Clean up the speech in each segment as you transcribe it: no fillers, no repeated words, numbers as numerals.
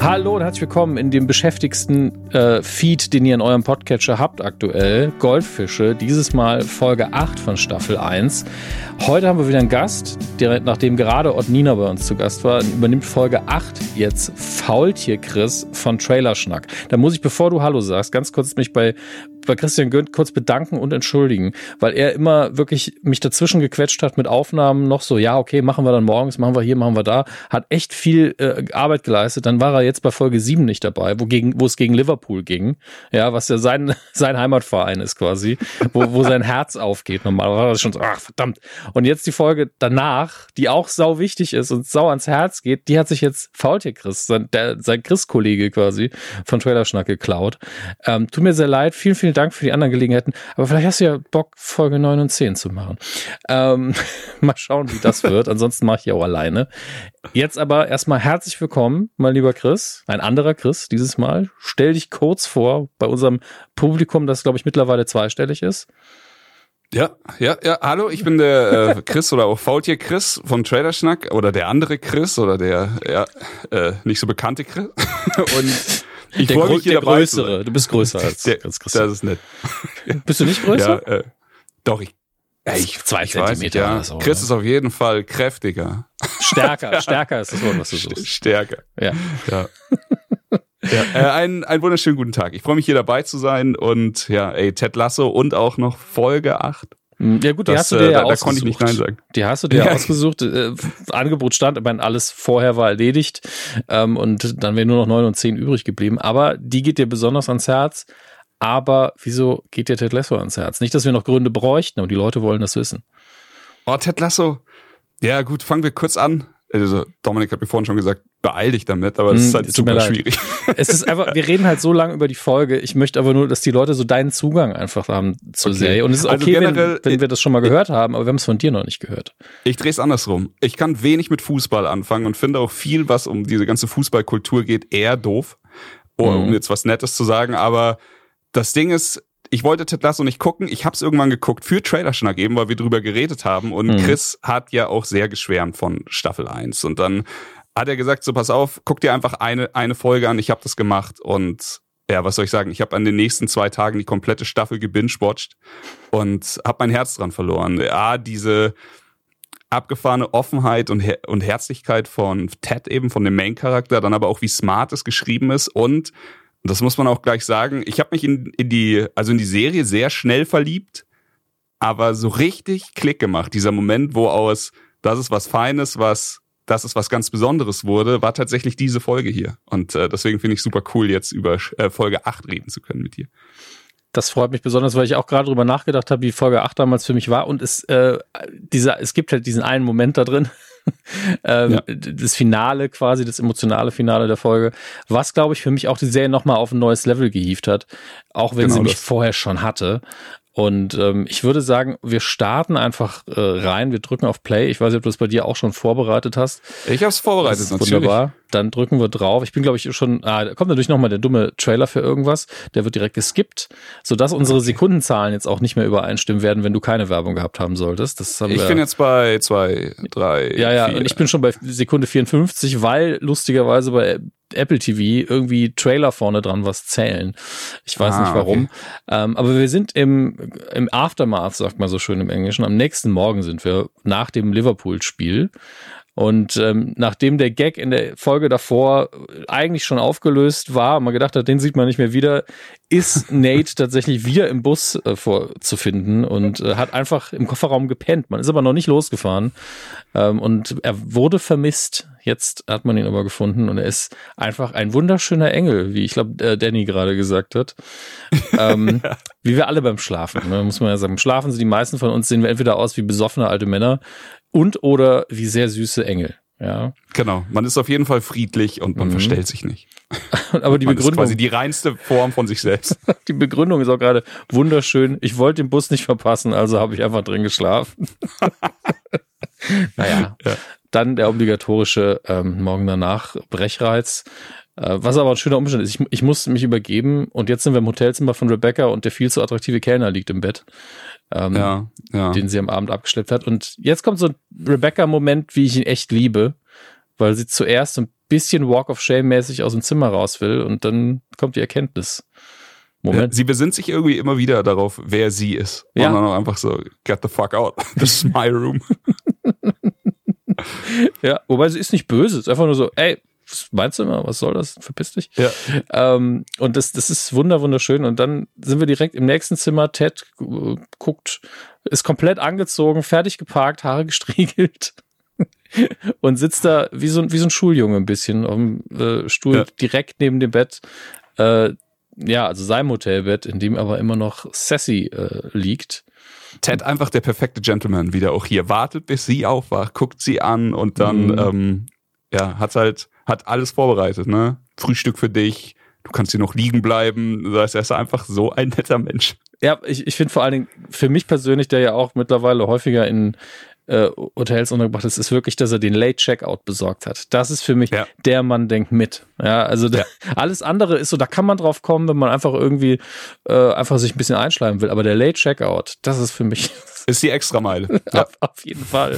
Hallo und herzlich willkommen in dem beschäftigsten Feed, den ihr in eurem Podcatcher habt aktuell. Goldfische, dieses Mal Folge 8 von Staffel 1. Heute haben wir wieder einen Gast, nachdem gerade Ottnina bei uns zu Gast war, übernimmt Folge 8 jetzt Faultier Chris von Trailerschnack. Da muss ich, bevor du Hallo sagst, ganz kurz mich bei Christian Gönnt kurz bedanken und entschuldigen, weil er immer wirklich mich dazwischen gequetscht hat mit Aufnahmen noch so, ja, okay, machen wir dann morgens, machen wir hier, machen wir da, hat echt viel Arbeit geleistet. Dann war er jetzt bei Folge 7 nicht dabei, wo es gegen Liverpool ging, ja, was ja sein Heimatverein ist quasi, wo sein Herz aufgeht. Normal war das schon so, ach verdammt. Und jetzt die Folge danach, die auch sau wichtig ist und sau ans Herz geht, die hat sich jetzt Faultier Chris, sein Chris-Kollege quasi von Trailerschnack geklaut. Tut mir sehr leid, vielen Dank für die anderen Gelegenheiten, aber vielleicht hast du ja Bock, Folge 9 und 10 zu machen. Mal schauen, wie das wird. Ansonsten mache ich ja auch alleine. Jetzt aber erstmal herzlich willkommen, mein lieber Chris. Ein anderer Chris dieses Mal. Stell dich kurz vor bei unserem Publikum, das, glaube ich, mittlerweile zweistellig ist. Ja, hallo, ich bin der Chris oder auch Faultier Chris von Trailerschnack oder der andere Chris oder der nicht so bekannte Chris. Und ich freue mich hier der dabei Größere. Du bist größer als Chris. Das ist nett. Bist du nicht größer? Ja, doch, ich 2 Zentimeter ja. oder so. Chris ist auf jeden Fall kräftiger. Stärker ist das Wort, was du suchst. Stärker. Ja. Ja, einen wunderschönen guten Tag. Ich freue mich hier dabei zu sein und ja, Ted Lasso und auch noch Folge 8. Ja gut, die hast du dir ja ausgesucht. Da konnte ich nicht Nein sagen. Die hast du dir ausgesucht. Angebot stand, ich meine, alles vorher war erledigt und dann wären nur noch 9 und 10 übrig geblieben. Aber die geht dir besonders ans Herz. Aber wieso geht dir Ted Lasso ans Herz? Nicht, dass wir noch Gründe bräuchten, aber die Leute wollen das wissen. Oh, Ted Lasso. Ja gut, fangen wir kurz an. Also Dominik hat mir vorhin schon gesagt, beeil dich damit, aber das ist halt super schwierig. Es ist einfach, wir reden halt so lange über die Folge. Ich möchte aber nur, dass die Leute so deinen Zugang einfach haben zur Serie. Und es ist okay, also generell, wenn wir das schon mal gehört haben, aber wir haben es von dir noch nicht gehört. Ich drehe es andersrum. Ich kann wenig mit Fußball anfangen und finde auch viel, was um diese ganze Fußballkultur geht, eher doof. Um jetzt was Nettes zu sagen, aber das Ding ist, ich wollte Ted Lasso nicht gucken. Ich habe es irgendwann geguckt für Trailerschnack eben, weil wir drüber geredet haben. Und Chris hat ja auch sehr geschwärmt von Staffel 1. Und dann hat er gesagt, so pass auf, guck dir einfach eine Folge an. Ich habe das gemacht. Und ja, was soll ich sagen? Ich habe an den nächsten 2 Tagen die komplette Staffel gebingewatcht und habe mein Herz dran verloren. Ja, diese abgefahrene Offenheit und Herzlichkeit von Ted eben, von dem Main-Charakter. Dann aber auch, wie smart es geschrieben ist. Und das muss man auch gleich sagen. Ich habe mich in die Serie sehr schnell verliebt, aber so richtig Klick gemacht. Dieser Moment, wo aus das ist was Feines, das ist was ganz Besonderes wurde, war tatsächlich diese Folge hier. Und deswegen finde ich super cool, jetzt über Folge 8 reden zu können mit dir. Das freut mich besonders, weil ich auch gerade drüber nachgedacht habe, wie Folge 8 damals für mich war. Und es gibt halt diesen einen Moment da drin, das Finale quasi, das emotionale Finale der Folge, was, glaube ich, für mich auch die Serie nochmal auf ein neues Level gehievt hat, auch wenn sie mich vorher schon hatte. Und ich würde sagen, wir starten einfach rein, wir drücken auf Play. Ich weiß nicht, ob du das bei dir auch schon vorbereitet hast. Ich habe es vorbereitet, natürlich. Wunderbar. Dann drücken wir drauf. Ich bin, glaube ich, schon, da kommt natürlich nochmal der dumme Trailer für irgendwas. Der wird direkt geskippt, sodass unsere Sekundenzahlen jetzt auch nicht mehr übereinstimmen werden, wenn du keine Werbung gehabt haben solltest. Ich bin jetzt bei 2, 3, Ja, 4. Und ich bin schon bei Sekunde 54, weil lustigerweise bei Apple TV irgendwie Trailer vorne dran was zählen. Ich weiß nicht warum. Okay. Aber wir sind im Aftermath, sagt man so schön im Englischen. Am nächsten Morgen sind wir nach dem Liverpool-Spiel. Und nachdem der Gag in der Folge davor eigentlich schon aufgelöst war, man gedacht hat, den sieht man nicht mehr wieder, ist Nate tatsächlich wieder im Bus vorzufinden und hat einfach im Kofferraum gepennt. Man ist aber noch nicht losgefahren und er wurde vermisst. Jetzt hat man ihn aber gefunden und er ist einfach ein wunderschöner Engel, wie ich glaube Danny gerade gesagt hat. Wie wir alle beim Schlafen, ne? Muss man ja sagen. Beim Schlafen sind die meisten von uns, sehen wir entweder aus wie besoffene alte Männer und oder wie sehr süße Engel. Ja. Genau, man ist auf jeden Fall friedlich und man verstellt sich nicht. Aber die Begründung ist quasi die reinste Form von sich selbst. Die Begründung ist auch gerade wunderschön. Ich wollte den Bus nicht verpassen, also habe ich einfach drin geschlafen. Naja, dann der obligatorische Morgen danach Brechreiz. Was aber ein schöner Umstand ist, ich musste mich übergeben und jetzt sind wir im Hotelzimmer von Rebecca und der viel zu attraktive Kellner liegt im Bett, den sie am Abend abgeschleppt hat. Und jetzt kommt so ein Rebecca-Moment, wie ich ihn echt liebe, weil sie zuerst ein bisschen Walk of Shame-mäßig aus dem Zimmer raus will und dann kommt die Erkenntnis. Moment. Ja, sie besinnt sich irgendwie immer wieder darauf, wer sie ist. Und dann auch einfach so, get the fuck out. This is my room. Ja, wobei sie ist nicht böse. Es ist einfach nur so, ey, was meinst du immer? Was soll das? Verpiss dich. Ja. Und das ist wunderschön. Und dann sind wir direkt im nächsten Zimmer. Ted guckt, ist komplett angezogen, fertig geparkt, Haare gestriegelt. Und sitzt da wie so ein Schuljunge ein bisschen auf dem Stuhl direkt neben dem Bett. Also seinem Hotelbett, in dem aber immer noch Sassy liegt. Ted einfach der perfekte Gentleman, wieder auch hier. Wartet, bis sie aufwacht, guckt sie an und dann hat alles vorbereitet, ne? Frühstück für dich, du kannst hier noch liegen bleiben. Das heißt, er ist einfach so ein netter Mensch. Ja, ich finde vor allen Dingen, für mich persönlich, der ja auch mittlerweile häufiger in Hotels untergebracht ist, ist wirklich, dass er den Late Checkout besorgt hat. Das ist für mich der Mann denkt mit. Ja, also alles andere ist so, da kann man drauf kommen, wenn man einfach irgendwie einfach sich ein bisschen einschleimen will. Aber der Late Checkout, das ist für mich ist die Extrameile. Ja. Auf jeden Fall.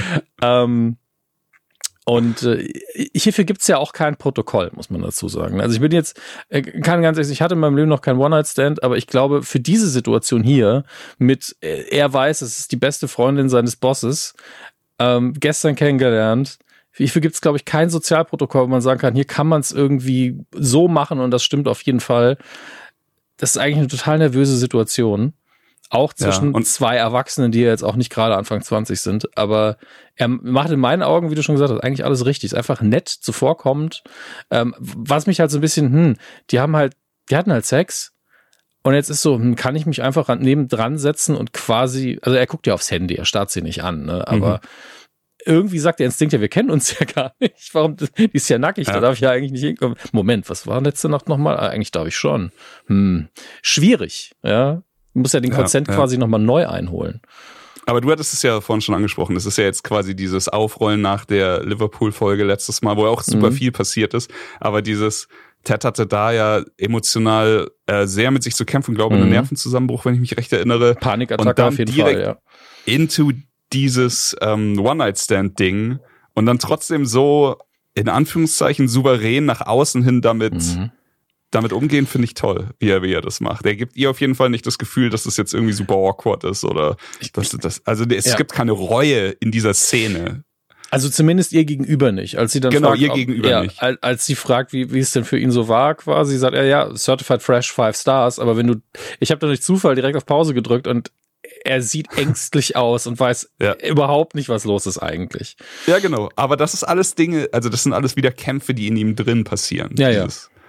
Und hierfür gibt's ja auch kein Protokoll, muss man dazu sagen. Also ich bin jetzt, kann ganz ehrlich, ich hatte in meinem Leben noch kein One-Night-Stand, aber ich glaube, für diese Situation hier mit, er weiß, es ist die beste Freundin seines Bosses, gestern kennengelernt, hierfür gibt's, glaube ich, kein Sozialprotokoll, wo man sagen kann, hier kann man es irgendwie so machen und das stimmt auf jeden Fall. Das ist eigentlich eine total nervöse Situation. Auch zwischen zwei Erwachsenen, die ja jetzt auch nicht gerade Anfang 20 sind. Aber er macht in meinen Augen, wie du schon gesagt hast, eigentlich alles richtig. Ist einfach nett, zuvorkommend. Was mich halt so ein bisschen, die hatten halt Sex. Und jetzt ist so, kann ich mich einfach nebendran setzen und quasi, also er guckt ja aufs Handy, er starrt sie nicht an, ne? Aber irgendwie sagt der Instinkt ja, wir kennen uns ja gar nicht. Warum? Die ist ja nackig, da darf ich ja eigentlich nicht hinkommen. Moment, was war letzte Nacht nochmal? Eigentlich darf ich schon. Schwierig, ja. Du musst ja den Consent quasi nochmal neu einholen. Aber du hattest es ja vorhin schon angesprochen. Das ist ja jetzt quasi dieses Aufrollen nach der Liverpool-Folge letztes Mal, wo ja auch super viel passiert ist. Aber Ted hatte da ja emotional sehr mit sich zu kämpfen, glaube ich, einen Nervenzusammenbruch, wenn ich mich recht erinnere. Panikattacke auf jeden Fall, ja. Into dieses One-Night-Stand-Ding und dann trotzdem so, in Anführungszeichen, souverän nach außen hin damit umgehen, finde ich toll, wie er das macht. Er gibt ihr auf jeden Fall nicht das Gefühl, dass das jetzt irgendwie super awkward ist oder es gibt keine Reue in dieser Szene. Also zumindest ihr gegenüber nicht. Als sie dann fragt, ihr gegenüber nicht. Als sie fragt, wie es denn für ihn so war, quasi, sagt er, ja, Certified Fresh 5 Stars, aber ich habe da durch Zufall direkt auf Pause gedrückt und er sieht ängstlich aus und weiß überhaupt nicht, was los ist eigentlich. Ja, genau. Aber das ist alles Dinge, also das sind alles wieder Kämpfe, die in ihm drin passieren. Ja.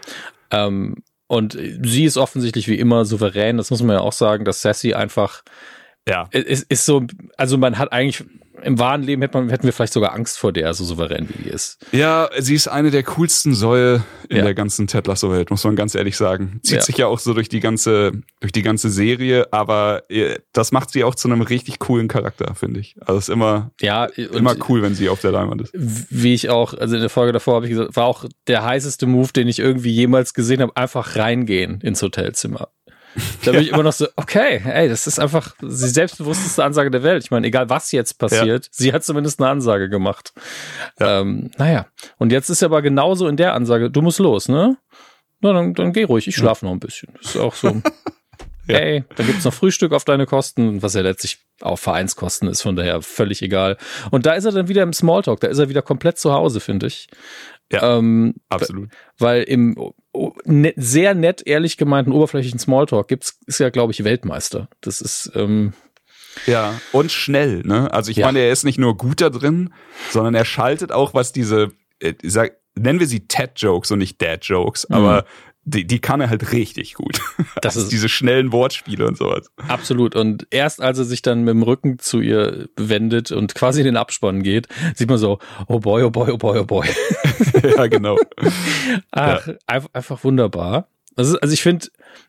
Und sie ist offensichtlich wie immer souverän, das muss man ja auch sagen, dass Sassy einfach ist so, also man hat eigentlich im wahren Leben hätten wir vielleicht sogar Angst vor der, so souverän wie die ist. Ja, sie ist eine der coolsten Säue in der ganzen Ted Lasso-Welt, muss man ganz ehrlich sagen. Zieht sich ja auch so durch die ganze Serie, aber das macht sie auch zu einem richtig coolen Charakter, finde ich. Also es ist immer cool, wenn sie auf der Leinwand ist. Wie ich auch, also in der Folge davor habe ich gesagt, war auch der heißeste Move, den ich irgendwie jemals gesehen habe, einfach reingehen ins Hotelzimmer. Da bin ich immer noch so, okay, ey, das ist einfach die selbstbewussteste Ansage der Welt. Ich meine, egal was jetzt passiert, sie hat zumindest eine Ansage gemacht. Ja. Und jetzt ist ja aber genauso in der Ansage, du musst los, ne? Na, dann geh ruhig, ich schlafe noch ein bisschen. Das ist auch so, hey, dann gibt's noch Frühstück auf deine Kosten, was ja letztlich auch Vereinskosten ist, von daher völlig egal. Und da ist er dann wieder im Smalltalk, da ist er wieder komplett zu Hause, finde ich. Ja, absolut. Weil im sehr nett, ehrlich gemeinten, oberflächlichen Smalltalk ist ja, glaube ich, Weltmeister. Das ist ja, und schnell, ne? Also ich meine, er ist nicht nur gut da drin, sondern er schaltet auch, was diese, nennen wir sie Ted-Jokes und nicht Dad-Jokes, aber die kann er halt richtig gut. Das ist diese schnellen Wortspiele und sowas. Absolut. Und erst als er sich dann mit dem Rücken zu ihr wendet und quasi in den Abspann geht, sieht man so, oh boy, oh boy, oh boy, oh boy. Ja, genau. Einfach wunderbar. Also ich finde,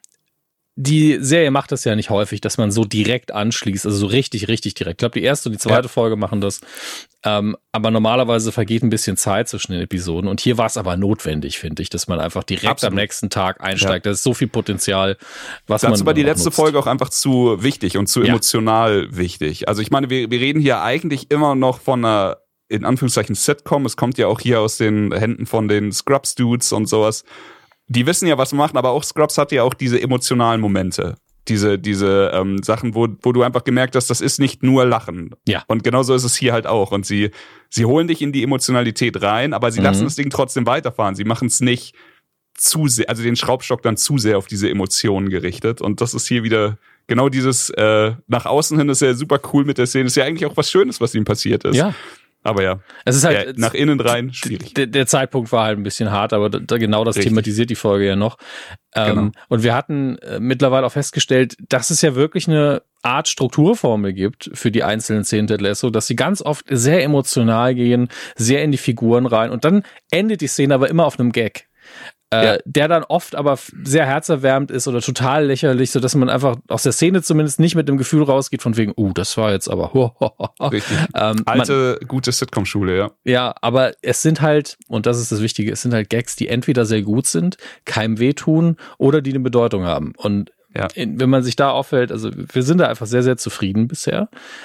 die Serie macht das ja nicht häufig, dass man so direkt anschließt, also so richtig, richtig direkt. Ich glaube, die erste und die zweite Folge machen das. Aber normalerweise vergeht ein bisschen Zeit zwischen den Episoden. Und hier war es aber notwendig, finde ich, dass man einfach direkt am nächsten Tag einsteigt. Da ist so viel Potenzial, was man. Dazu war die letzte Folge auch einfach zu wichtig und zu emotional wichtig. Also ich meine, wir reden hier eigentlich immer noch von einer in Anführungszeichen Sitcom, es kommt ja auch hier aus den Händen von den Scrubs-Dudes und sowas. Die wissen ja, was wir machen, aber auch Scrubs hat ja auch diese emotionalen Momente. Diese Sachen, wo du einfach gemerkt hast, das ist nicht nur Lachen. Ja. Und genauso ist es hier halt auch. Und sie holen dich in die Emotionalität rein, aber sie lassen das Ding trotzdem weiterfahren. Sie machen es nicht zu sehr, also den Schraubstock dann zu sehr auf diese Emotionen gerichtet. Und das ist hier wieder genau dieses, nach außen hin ist er super cool mit der Szene. Ist ja eigentlich auch was Schönes, was ihm passiert ist. Ja. Aber ja, es ist halt, nach innen rein schwierig. Der Zeitpunkt war halt ein bisschen hart, aber genau das Richtig. thematisiert die Folge ja noch. Genau. Und wir hatten mittlerweile auch festgestellt, dass es ja wirklich eine Art Strukturformel gibt für die einzelnen Szenen Ted Lasso, dass sie ganz oft sehr emotional gehen, sehr in die Figuren rein und dann endet die Szene aber immer auf einem Gag. Der dann oft aber sehr herzerwärmend ist oder total lächerlich, sodass man einfach aus der Szene zumindest nicht mit dem Gefühl rausgeht von wegen, das war jetzt aber Richtig. Alte, gute Sitcom-Schule, ja. Ja, aber es sind halt, und das ist das Wichtige, es sind halt Gags, die entweder sehr gut sind, keinem wehtun oder die eine Bedeutung haben. Und wenn man sich da aufhält, also wir sind da einfach sehr, sehr zufrieden bisher.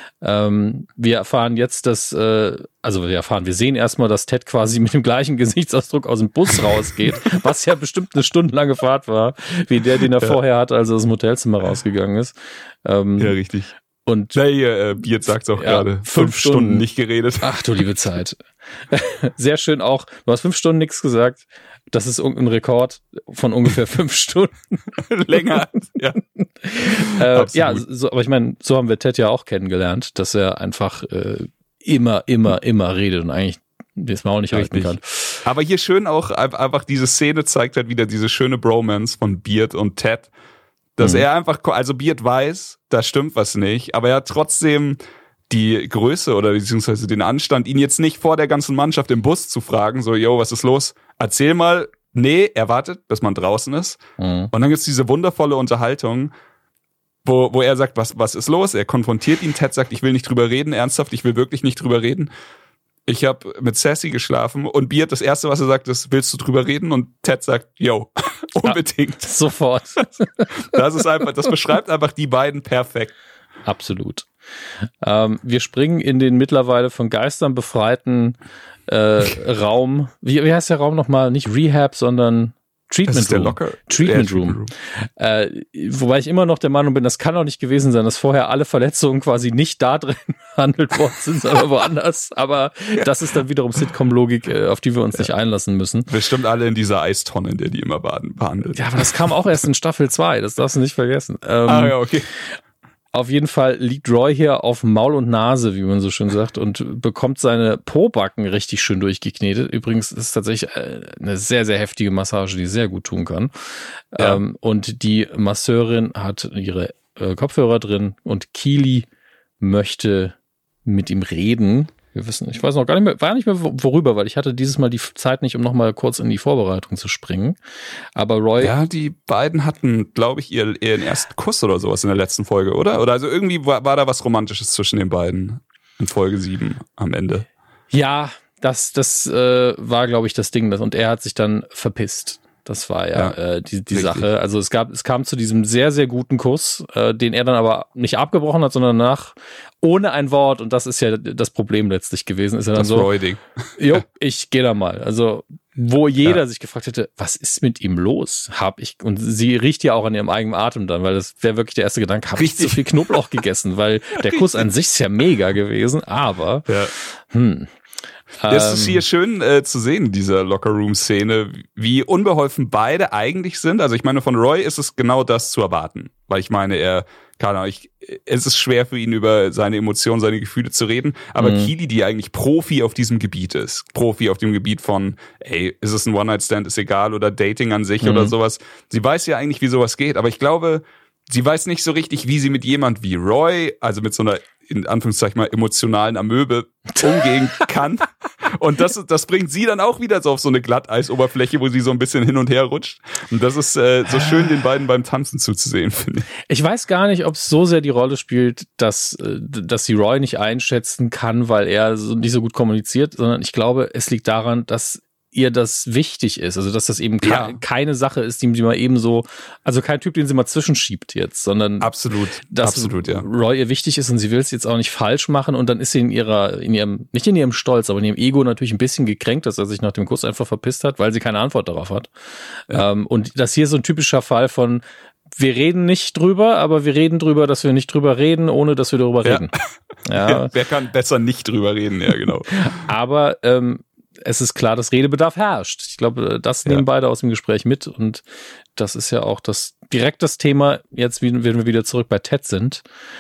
Wir erfahren jetzt, dass, wir sehen erstmal, dass Ted quasi mit dem gleichen Gesichtsausdruck aus dem Bus rausgeht, was ja bestimmt eine stundenlange Fahrt war, wie der, den er vorher hatte, als er aus dem Hotelzimmer rausgegangen ist. Ja, richtig. Und Biert sagt's auch gerade. 5 Stunden nicht geredet. Ach du liebe Zeit. Sehr schön auch. Du hast 5 Stunden nichts gesagt. Das ist ein Rekord von ungefähr 5 Stunden. Länger. Ja. Aber ich meine, so haben wir Ted ja auch kennengelernt, dass er einfach immer redet und eigentlich das Maul nicht halten kann. Aber hier schön auch einfach diese Szene zeigt halt wieder diese schöne Bromance von Beard und Ted, dass er einfach, also Beard weiß, da stimmt was nicht, aber er hat trotzdem die Größe oder beziehungsweise den Anstand, ihn jetzt nicht vor der ganzen Mannschaft im Bus zu fragen, so, yo, was ist los? Erzähl mal. Nee, er wartet, bis man draußen ist. Und dann gibt's diese wundervolle Unterhaltung, wo er sagt, was ist los? Er konfrontiert ihn, Ted sagt, ich will nicht drüber reden, ernsthaft, ich will wirklich nicht drüber reden. Ich habe mit Sassy geschlafen und Beard, das Erste, was er sagt, ist, willst du drüber reden? Und Ted sagt, yo, unbedingt. Sofort. Das beschreibt einfach die beiden perfekt. Absolut. Wir springen in den mittlerweile von Geistern befreiten Raum. Wie heißt der Raum nochmal? Nicht Rehab, sondern Treatment Room. Treatment Room. Wobei ich immer noch der Meinung bin, das kann doch nicht gewesen sein, dass vorher alle Verletzungen quasi nicht da drin behandelt worden sind, sondern woanders. Aber das ist dann wiederum Sitcom-Logik, auf die wir uns nicht einlassen müssen. Bestimmt alle in dieser Eistonne, in der die immer behandelt. Ja, aber das kam auch erst in Staffel 2, das darfst du nicht vergessen. Ja, okay. Auf jeden Fall liegt Roy hier auf Maul und Nase, wie man so schön sagt, und bekommt seine Pobacken richtig schön durchgeknetet. Übrigens ist es tatsächlich eine sehr, sehr heftige Massage, die sehr gut tun kann. Ja. Und die Masseurin hat ihre Kopfhörer drin und Keely möchte mit ihm reden. Ich weiß noch gar nicht mehr worüber, weil ich hatte dieses Mal die Zeit nicht, um noch mal kurz in die Vorbereitung zu springen. Aber Roy... Ja, die beiden hatten, glaube ich, ihren ersten Kuss oder sowas in der letzten Folge, oder? Oder also irgendwie war da was Romantisches zwischen den beiden in Folge 7 am Ende. Ja, das war, glaube ich, das Ding. Und er hat sich dann verpisst. Das war die Sache. Also es kam zu diesem sehr, sehr guten Kuss, den er dann aber nicht abgebrochen hat, sondern danach ohne ein Wort. Und das ist ja das Problem letztlich gewesen. Ist er dann das so, Roy-Ding. Jo, ich gehe da mal. Also wo jeder sich gefragt hätte, was ist mit ihm los? Und sie riecht ja auch an ihrem eigenen Atem dann, weil das wäre wirklich der erste Gedanke, habe ich zu viel Knoblauch gegessen? Weil der Kuss an sich ist ja mega gewesen, aber Das ist hier schön zu sehen, dieser Locker-Room-Szene, wie unbeholfen beide eigentlich sind. Also ich meine, von Roy ist es genau das zu erwarten, weil ich meine, es ist schwer für ihn, über seine Emotionen, seine Gefühle zu reden, aber Keely, die eigentlich Profi auf diesem Gebiet ist, Profi auf dem Gebiet von, ist es ein One-Night-Stand, ist egal, oder Dating an sich oder sowas, sie weiß ja eigentlich, wie sowas geht, aber ich glaube, sie weiß nicht so richtig, wie sie mit jemand wie Roy, also mit so einer, in Anführungszeichen mal, emotionalen Amöbe umgehen kann. Und das bringt sie dann auch wieder so auf so eine Glatteisoberfläche, wo sie so ein bisschen hin und her rutscht. Und das ist so schön, den beiden beim Tanzen zuzusehen, finde ich. Ich weiß gar nicht, ob es so sehr die Rolle spielt, dass sie Roy nicht einschätzen kann, weil er nicht so gut kommuniziert, sondern ich glaube, es liegt daran, dass ihr das wichtig ist. Also, dass das eben keine Sache ist, die man eben so, also kein Typ, den sie mal zwischenschiebt jetzt, sondern dass Roy ihr wichtig ist und sie will es jetzt auch nicht falsch machen und dann ist sie nicht in ihrem Stolz, aber in ihrem Ego natürlich ein bisschen gekränkt, dass er sich nach dem Kuss einfach verpisst hat, weil sie keine Antwort darauf hat. Ja. Und das hier ist so ein typischer Fall von, wir reden nicht drüber, aber wir reden drüber, dass wir nicht drüber reden, ohne dass wir darüber reden. Ja. Wer kann besser nicht drüber reden? Ja, genau. Aber es ist klar, dass Redebedarf herrscht. Ich glaube, das nehmen beide aus dem Gespräch mit und das ist ja auch direkt das Thema, jetzt wenn wir wieder zurück bei Ted sind,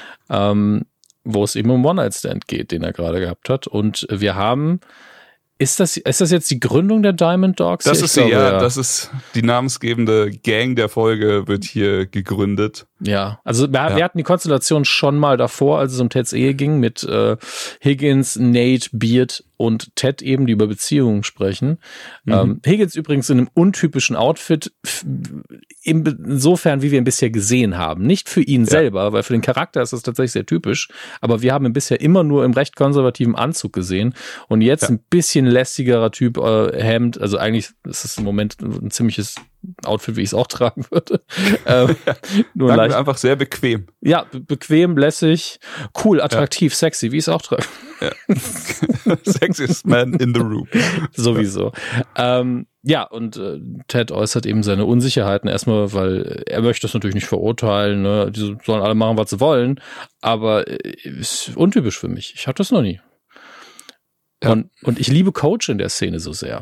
wo es eben um One-Night-Stand geht, den er gerade gehabt hat. Und wir haben, ist das jetzt die Gründung der Diamond Dogs? Das ist das ist die namensgebende Gang der Folge, wird hier gegründet. Ja, also wir hatten die Konstellation schon mal davor, als es um Teds Ehe ging, mit Higgins, Nate, Beard und Ted eben, die über Beziehungen sprechen. Higgins übrigens in einem untypischen Outfit, insofern, wie wir ihn bisher gesehen haben. Nicht für ihn selber, weil für den Charakter ist das tatsächlich sehr typisch, aber wir haben ihn bisher immer nur im recht konservativen Anzug gesehen und jetzt ein bisschen lästigerer Typ, Hemd, also eigentlich ist es im Moment ein ziemliches Outfit, wie ich es auch tragen würde. Nur einfach sehr bequem. Ja, bequem, lässig, cool, attraktiv, sexy, wie ich es auch trage. Ja. Sexiest man in the room. Sowieso. Und Ted äußert eben seine Unsicherheiten erstmal, weil er möchte das natürlich nicht verurteilen. Ne? Die sollen alle machen, was sie wollen. Aber ist untypisch für mich. Ich hatte das noch nie. Ja. Und ich liebe Coach in der Szene so sehr.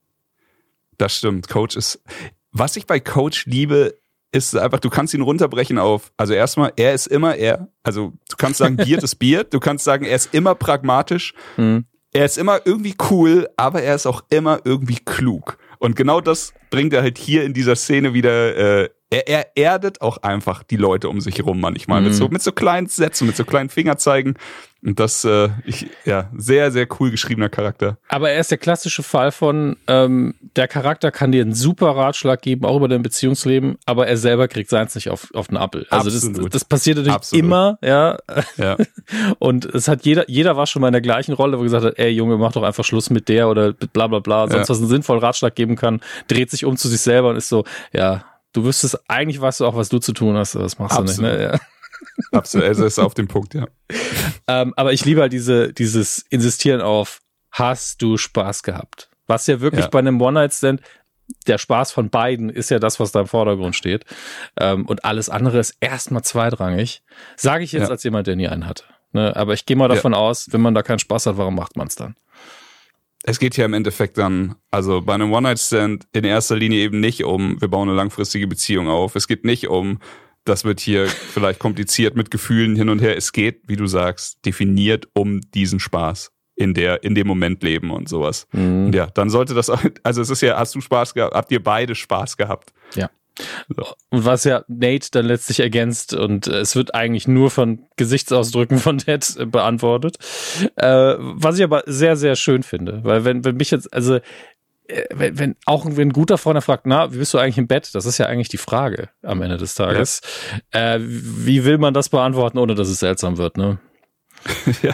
Das stimmt. Coach ist... Was ich bei Coach liebe, ist einfach, du kannst ihn runterbrechen auf, also erstmal, er ist immer er. Also du kannst sagen, Beard ist Beard. Du kannst sagen, er ist immer pragmatisch. Er ist immer irgendwie cool, aber er ist auch immer irgendwie klug. Und genau das bringt er halt hier in dieser Szene wieder, er erdet auch einfach die Leute um sich herum manchmal. Mit so kleinen Sätzen, mit so kleinen Fingerzeigen. Und das, sehr, sehr cool geschriebener Charakter. Aber er ist der klassische Fall von, der Charakter kann dir einen super Ratschlag geben, auch über dein Beziehungsleben, aber er selber kriegt seins nicht auf den Appel. Also das passiert natürlich immer, ja. Und es hat jeder war schon mal in der gleichen Rolle, wo er gesagt hat, ey Junge, mach doch einfach Schluss mit der oder bla bla bla, sonst was einen sinnvollen Ratschlag geben kann, dreht sich um zu sich selber und ist so, ja, du wüsstest, eigentlich weißt du auch, was du zu tun hast, aber das machst du nicht, ne? Ja. Absolut, also ist auf dem Punkt, ja. Aber ich liebe halt dieses Insistieren auf, hast du Spaß gehabt? Was ja wirklich bei einem One-Night-Stand, der Spaß von beiden ist ja das, was da im Vordergrund steht. Und alles andere ist erstmal zweitrangig. Sage ich jetzt als jemand, der nie einen hatte. Ne? Aber ich gehe mal davon aus, wenn man da keinen Spaß hat, warum macht man es dann? Es geht ja im Endeffekt dann, also bei einem One-Night-Stand in erster Linie eben nicht wir bauen eine langfristige Beziehung auf. Es geht nicht das wird hier vielleicht kompliziert mit Gefühlen hin und her. Es geht, wie du sagst, definiert um diesen Spaß in dem Moment leben und sowas. Und ja, dann sollte das auch, also es ist ja, hast du Spaß gehabt, habt ihr beide Spaß gehabt? Ja. So. Und was ja Nate dann letztlich ergänzt und es wird eigentlich nur von Gesichtsausdrücken von Ted beantwortet. Was ich aber sehr, sehr schön finde, weil wenn mich jetzt, also wenn ein guter Freund fragt, na, wie bist du eigentlich im Bett? Das ist ja eigentlich die Frage am Ende des Tages. Ja. Wie will man das beantworten, ohne dass es seltsam wird, ne? Ja.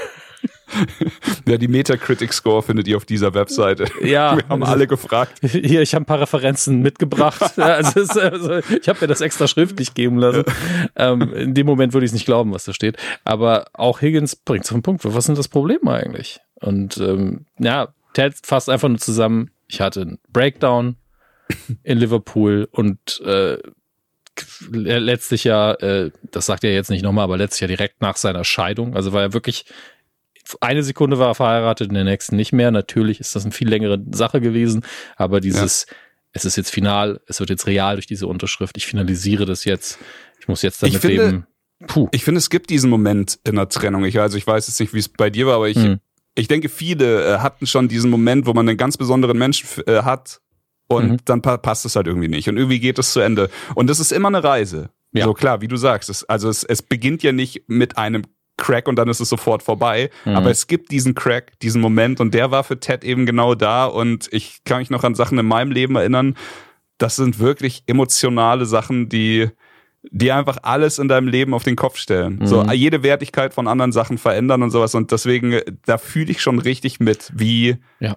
Ja, die Metacritic-Score findet ihr auf dieser Webseite. Ja. Wir haben alle gefragt. Hier, ich habe ein paar Referenzen mitgebracht. Ich habe mir das extra schriftlich geben lassen. In dem Moment würde ich es nicht glauben, was da steht. Aber auch Higgins bringt es auf den Punkt. Was ist denn das Problem eigentlich? Und Ted fasst einfach nur zusammen, ich hatte einen Breakdown in Liverpool und letztlich das sagt er jetzt nicht nochmal, aber letztlich direkt nach seiner Scheidung, also war er wirklich, eine Sekunde war er verheiratet, in der nächsten nicht mehr. Natürlich ist das eine viel längere Sache gewesen, aber es ist jetzt final, es wird jetzt real durch diese Unterschrift, ich finalisiere das jetzt, ich muss jetzt damit leben. Ich finde, es gibt diesen Moment in der Trennung. Ich weiß jetzt nicht, wie es bei dir war, aber ich denke, viele hatten schon diesen Moment, wo man einen ganz besonderen Menschen hat und dann passt es halt irgendwie nicht. Und irgendwie geht es zu Ende. Und das ist immer eine Reise. Ja. So klar, wie du sagst. Es beginnt ja nicht mit einem Crack und dann ist es sofort vorbei. Aber es gibt diesen Crack, diesen Moment und der war für Ted eben genau da. Und ich kann mich noch an Sachen in meinem Leben erinnern. Das sind wirklich emotionale Sachen, die einfach alles in deinem Leben auf den Kopf stellen. So jede Wertigkeit von anderen Sachen verändern und sowas. Und deswegen, da fühle ich schon richtig mit, wie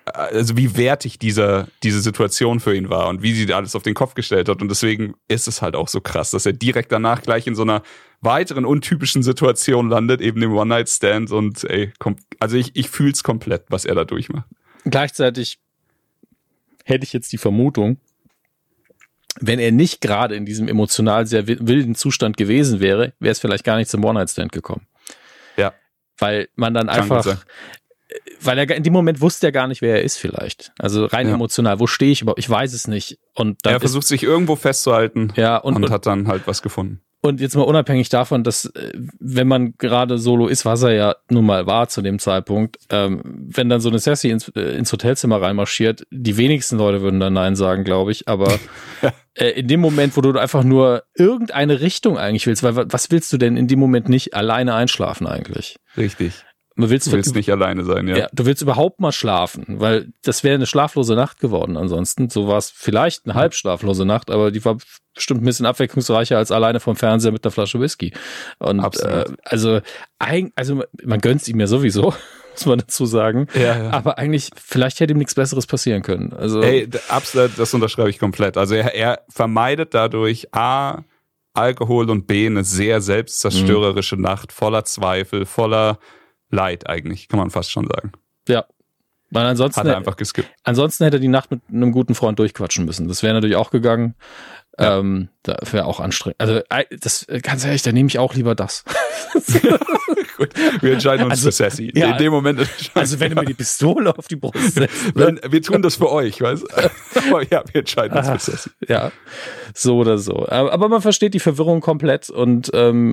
also wie wertig diese Situation für ihn war und wie sie alles auf den Kopf gestellt hat. Und deswegen ist es halt auch so krass, dass er direkt danach gleich in so einer weiteren untypischen Situation landet, eben dem One-Night-Stand. Und also ich fühl's komplett, was er da durchmacht. Gleichzeitig hätte ich jetzt die Vermutung, wenn er nicht gerade in diesem emotional sehr wilden Zustand gewesen wäre, wäre es vielleicht gar nicht zum One-Night-Stand gekommen. Ja. Weil man dann einfach, weil er in dem Moment wusste er gar nicht, wer er ist vielleicht. Also rein emotional, wo stehe ich überhaupt? Ich weiß es nicht. Und dann er versucht sich irgendwo festzuhalten und hat dann halt was gefunden. Und jetzt mal unabhängig davon, dass wenn man gerade solo ist, was er ja nun mal war zu dem Zeitpunkt, wenn dann so eine Sassy ins Hotelzimmer reinmarschiert, die wenigsten Leute würden dann Nein sagen, glaube ich, aber in dem Moment, wo du einfach nur irgendeine Richtung eigentlich willst, weil was willst du denn in dem Moment nicht alleine einschlafen eigentlich? Richtig. Du willst nicht alleine sein, ja. Du willst überhaupt mal schlafen, weil das wäre eine schlaflose Nacht geworden ansonsten. So war es vielleicht eine halb schlaflose Nacht, aber die war bestimmt ein bisschen abwechslungsreicher als alleine vom Fernseher mit einer Flasche Whisky. Und also man gönnt's ihm ja sowieso, muss man dazu sagen. Ja. Aber eigentlich, vielleicht hätte ihm nichts Besseres passieren können. Also absolut, das unterschreibe ich komplett. Also er vermeidet dadurch A, Alkohol und B, eine sehr selbstzerstörerische Nacht, voller Zweifel, voller Leid eigentlich, kann man fast schon sagen. Ja. Weil ansonsten hat er einfach geskippt. Ansonsten hätte er die Nacht mit einem guten Freund durchquatschen müssen. Das wäre natürlich auch gegangen. Ja. Das wäre auch anstrengend. Also das ganz ehrlich, da nehme ich auch lieber das. Gut, wir entscheiden uns für Sassy. Ja, in dem Moment. Also wenn du mir die Pistole auf die Brust setzt. Wir tun das für euch, weißt du? Aber ja, wir entscheiden uns für Sassy. Ja, so oder so. Aber man versteht die Verwirrung komplett und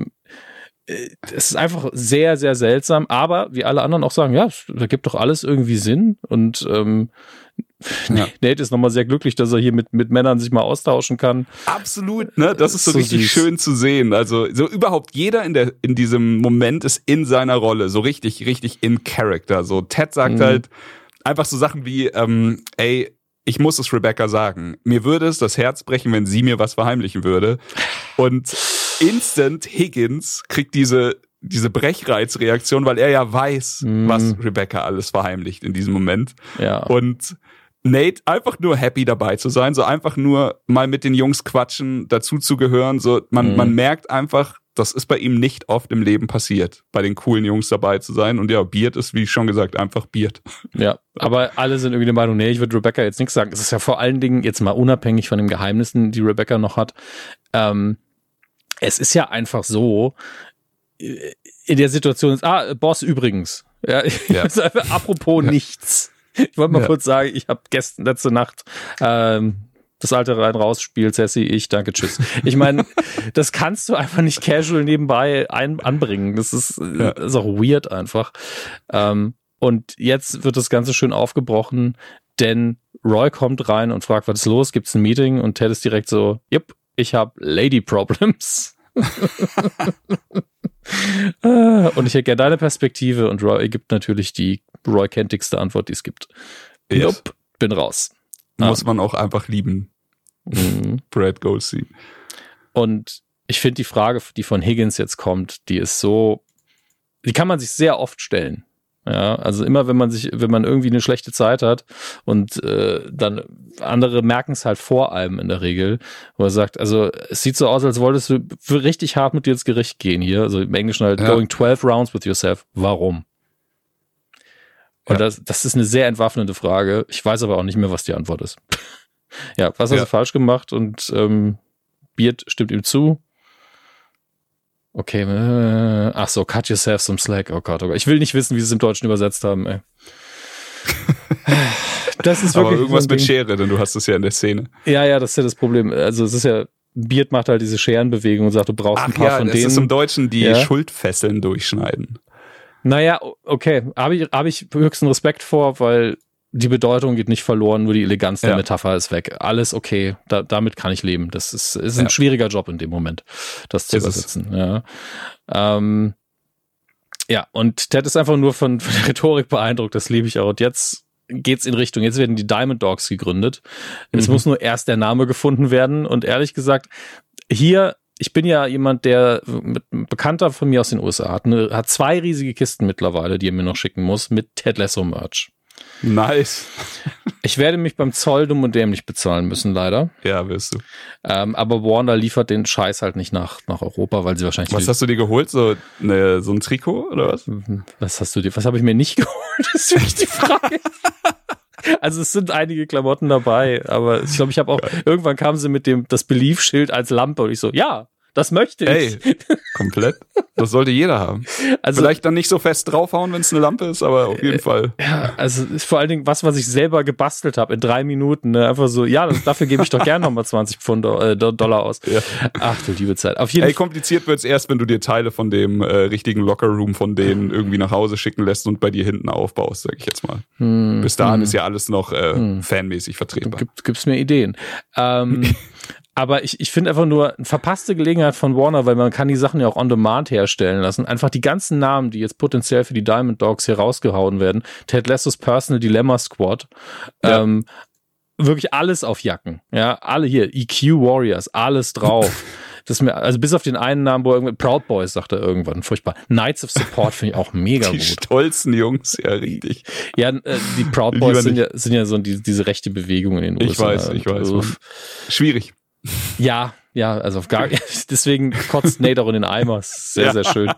es ist einfach sehr, sehr seltsam, aber wie alle anderen auch sagen, ja, da gibt doch alles irgendwie Sinn und Nate ist nochmal sehr glücklich, dass er hier mit Männern sich mal austauschen kann. Absolut, ne? Das ist so richtig süß. Schön zu sehen. Also so überhaupt jeder in diesem Moment ist in seiner Rolle, so richtig in Character. So Ted sagt halt einfach so Sachen wie, ich muss es Rebecca sagen. Mir würde es das Herz brechen, wenn sie mir was verheimlichen würde. Und instant Higgins kriegt diese Brechreizreaktion, weil er ja weiß, was Rebecca alles verheimlicht in diesem Moment. Ja. Und Nate einfach nur happy dabei zu sein, so einfach nur mal mit den Jungs quatschen, dazu zu gehören. So man merkt einfach, das ist bei ihm nicht oft im Leben passiert, bei den coolen Jungs dabei zu sein. Und ja, Beard ist, wie schon gesagt, einfach Beard. Ja, aber alle sind irgendwie der Meinung, nee, ich würde Rebecca jetzt nichts sagen. Es ist ja vor allen Dingen jetzt mal unabhängig von den Geheimnissen, die Rebecca noch hat. Es ist ja einfach so, in der Situation ist, Boss übrigens. Ja. Apropos nichts. Ich wollte mal kurz sagen, ich habe letzte Nacht das alte Rein-Raus-Spiel, Sassy, danke, tschüss. Ich meine, das kannst du einfach nicht casual nebenbei anbringen. Das ist auch weird einfach. Und jetzt wird das Ganze schön aufgebrochen, denn Roy kommt rein und fragt, was ist los? Gibt's ein Meeting? Und Ted ist direkt so, yep, ich habe Lady Problems. Und ich hätte gerne deine Perspektive und Roy gibt natürlich die Roy-kentigste Antwort, die es gibt. Yes. Nope, bin raus. Muss man auch einfach lieben. Brad Goldstein. Und ich finde die Frage, die von Higgins jetzt kommt, die kann man sich sehr oft stellen. Ja, also immer, wenn man irgendwie eine schlechte Zeit hat und dann andere merken es halt vor allem in der Regel, wo er sagt, also es sieht so aus, als wolltest du richtig hart mit dir ins Gericht gehen hier, also im Englischen halt going 12 rounds with yourself. Warum? Und das ist eine sehr entwaffnende Frage. Ich weiß aber auch nicht mehr, was die Antwort ist. Ja, was hast du falsch gemacht? Und Beard stimmt ihm zu. Okay, ach so, cut yourself some slack. Oh Gott, ich will nicht wissen, wie sie es im Deutschen übersetzt haben, ey. Das ist wirklich aber irgendwas mit Schere, denn du hast es ja in der Szene. Ja, das ist ja das Problem. Also es ist ja, Beard macht halt diese Scherenbewegung und sagt, du brauchst ein paar von denen. Das ist im Deutschen die Schuldfesseln durchschneiden. Naja, okay, habe ich höchsten Respekt vor, weil die Bedeutung geht nicht verloren, nur die Eleganz der Metapher ist weg. Alles okay, damit kann ich leben. Das ist ein schwieriger Job in dem Moment, das zu übersetzen. Ja, und Ted ist einfach nur von der Rhetorik beeindruckt, das liebe ich auch. Und jetzt geht's in Richtung, jetzt werden die Diamond Dogs gegründet. Es muss nur erst der Name gefunden werden. Und ehrlich gesagt, ich bin ja jemand, der ein Bekannter von mir aus den USA hat 2 riesige Kisten mittlerweile, die er mir noch schicken muss, mit Ted Lasso Merch. Nice. Ich werde mich beim Zoll dumm und dämlich bezahlen müssen, leider. Ja, wirst du. Aber Warner liefert den Scheiß halt nicht nach Europa, weil sie wahrscheinlich... Was hast du dir geholt? So ein Trikot oder was? Was habe ich mir nicht geholt? Das ist wirklich die Frage. Also es sind einige Klamotten dabei, aber ich glaube, ich habe auch... Geil. Irgendwann kamen sie mit das Belief-Schild als Lampe und ich so, ja, das möchte ich. Ey, komplett. Das sollte jeder haben. Also, vielleicht dann nicht so fest draufhauen, wenn es eine Lampe ist, aber auf jeden Fall. Ja, also ist vor allen Dingen was ich selber gebastelt habe in 3 Minuten. Ne? Einfach so, ja, dafür gebe ich doch gerne nochmal 20 Dollar aus. Ja. Ach du liebe Zeit. Auf jeden Fall. Kompliziert wird's erst, wenn du dir Teile von dem richtigen Lockerroom von denen irgendwie nach Hause schicken lässt und bei dir hinten aufbaust, sag ich jetzt mal. Bis dahin ist ja alles noch fanmäßig vertretbar. Gibt's mir Ideen. Aber ich finde einfach nur eine verpasste Gelegenheit von Warner, weil man kann die Sachen ja auch on demand herstellen lassen. Einfach die ganzen Namen, die jetzt potenziell für die Diamond Dogs hier rausgehauen werden. Ted Lassos Personal Dilemma Squad. Ja. Wirklich alles auf Jacken. Ja, alle hier. EQ Warriors, alles drauf. Also bis auf den einen Namen, wo irgendwie Proud Boys sagt er irgendwann, furchtbar. Knights of Support finde ich auch mega gut. Die stolzen Jungs, ja, richtig. Ja, die Proud Boys sind ja so diese rechte Bewegung in den USA. Ich weiß. Also, schwierig. Ja, also auf gar deswegen kotzt Nate auch in den Eimer. Sehr, sehr schön.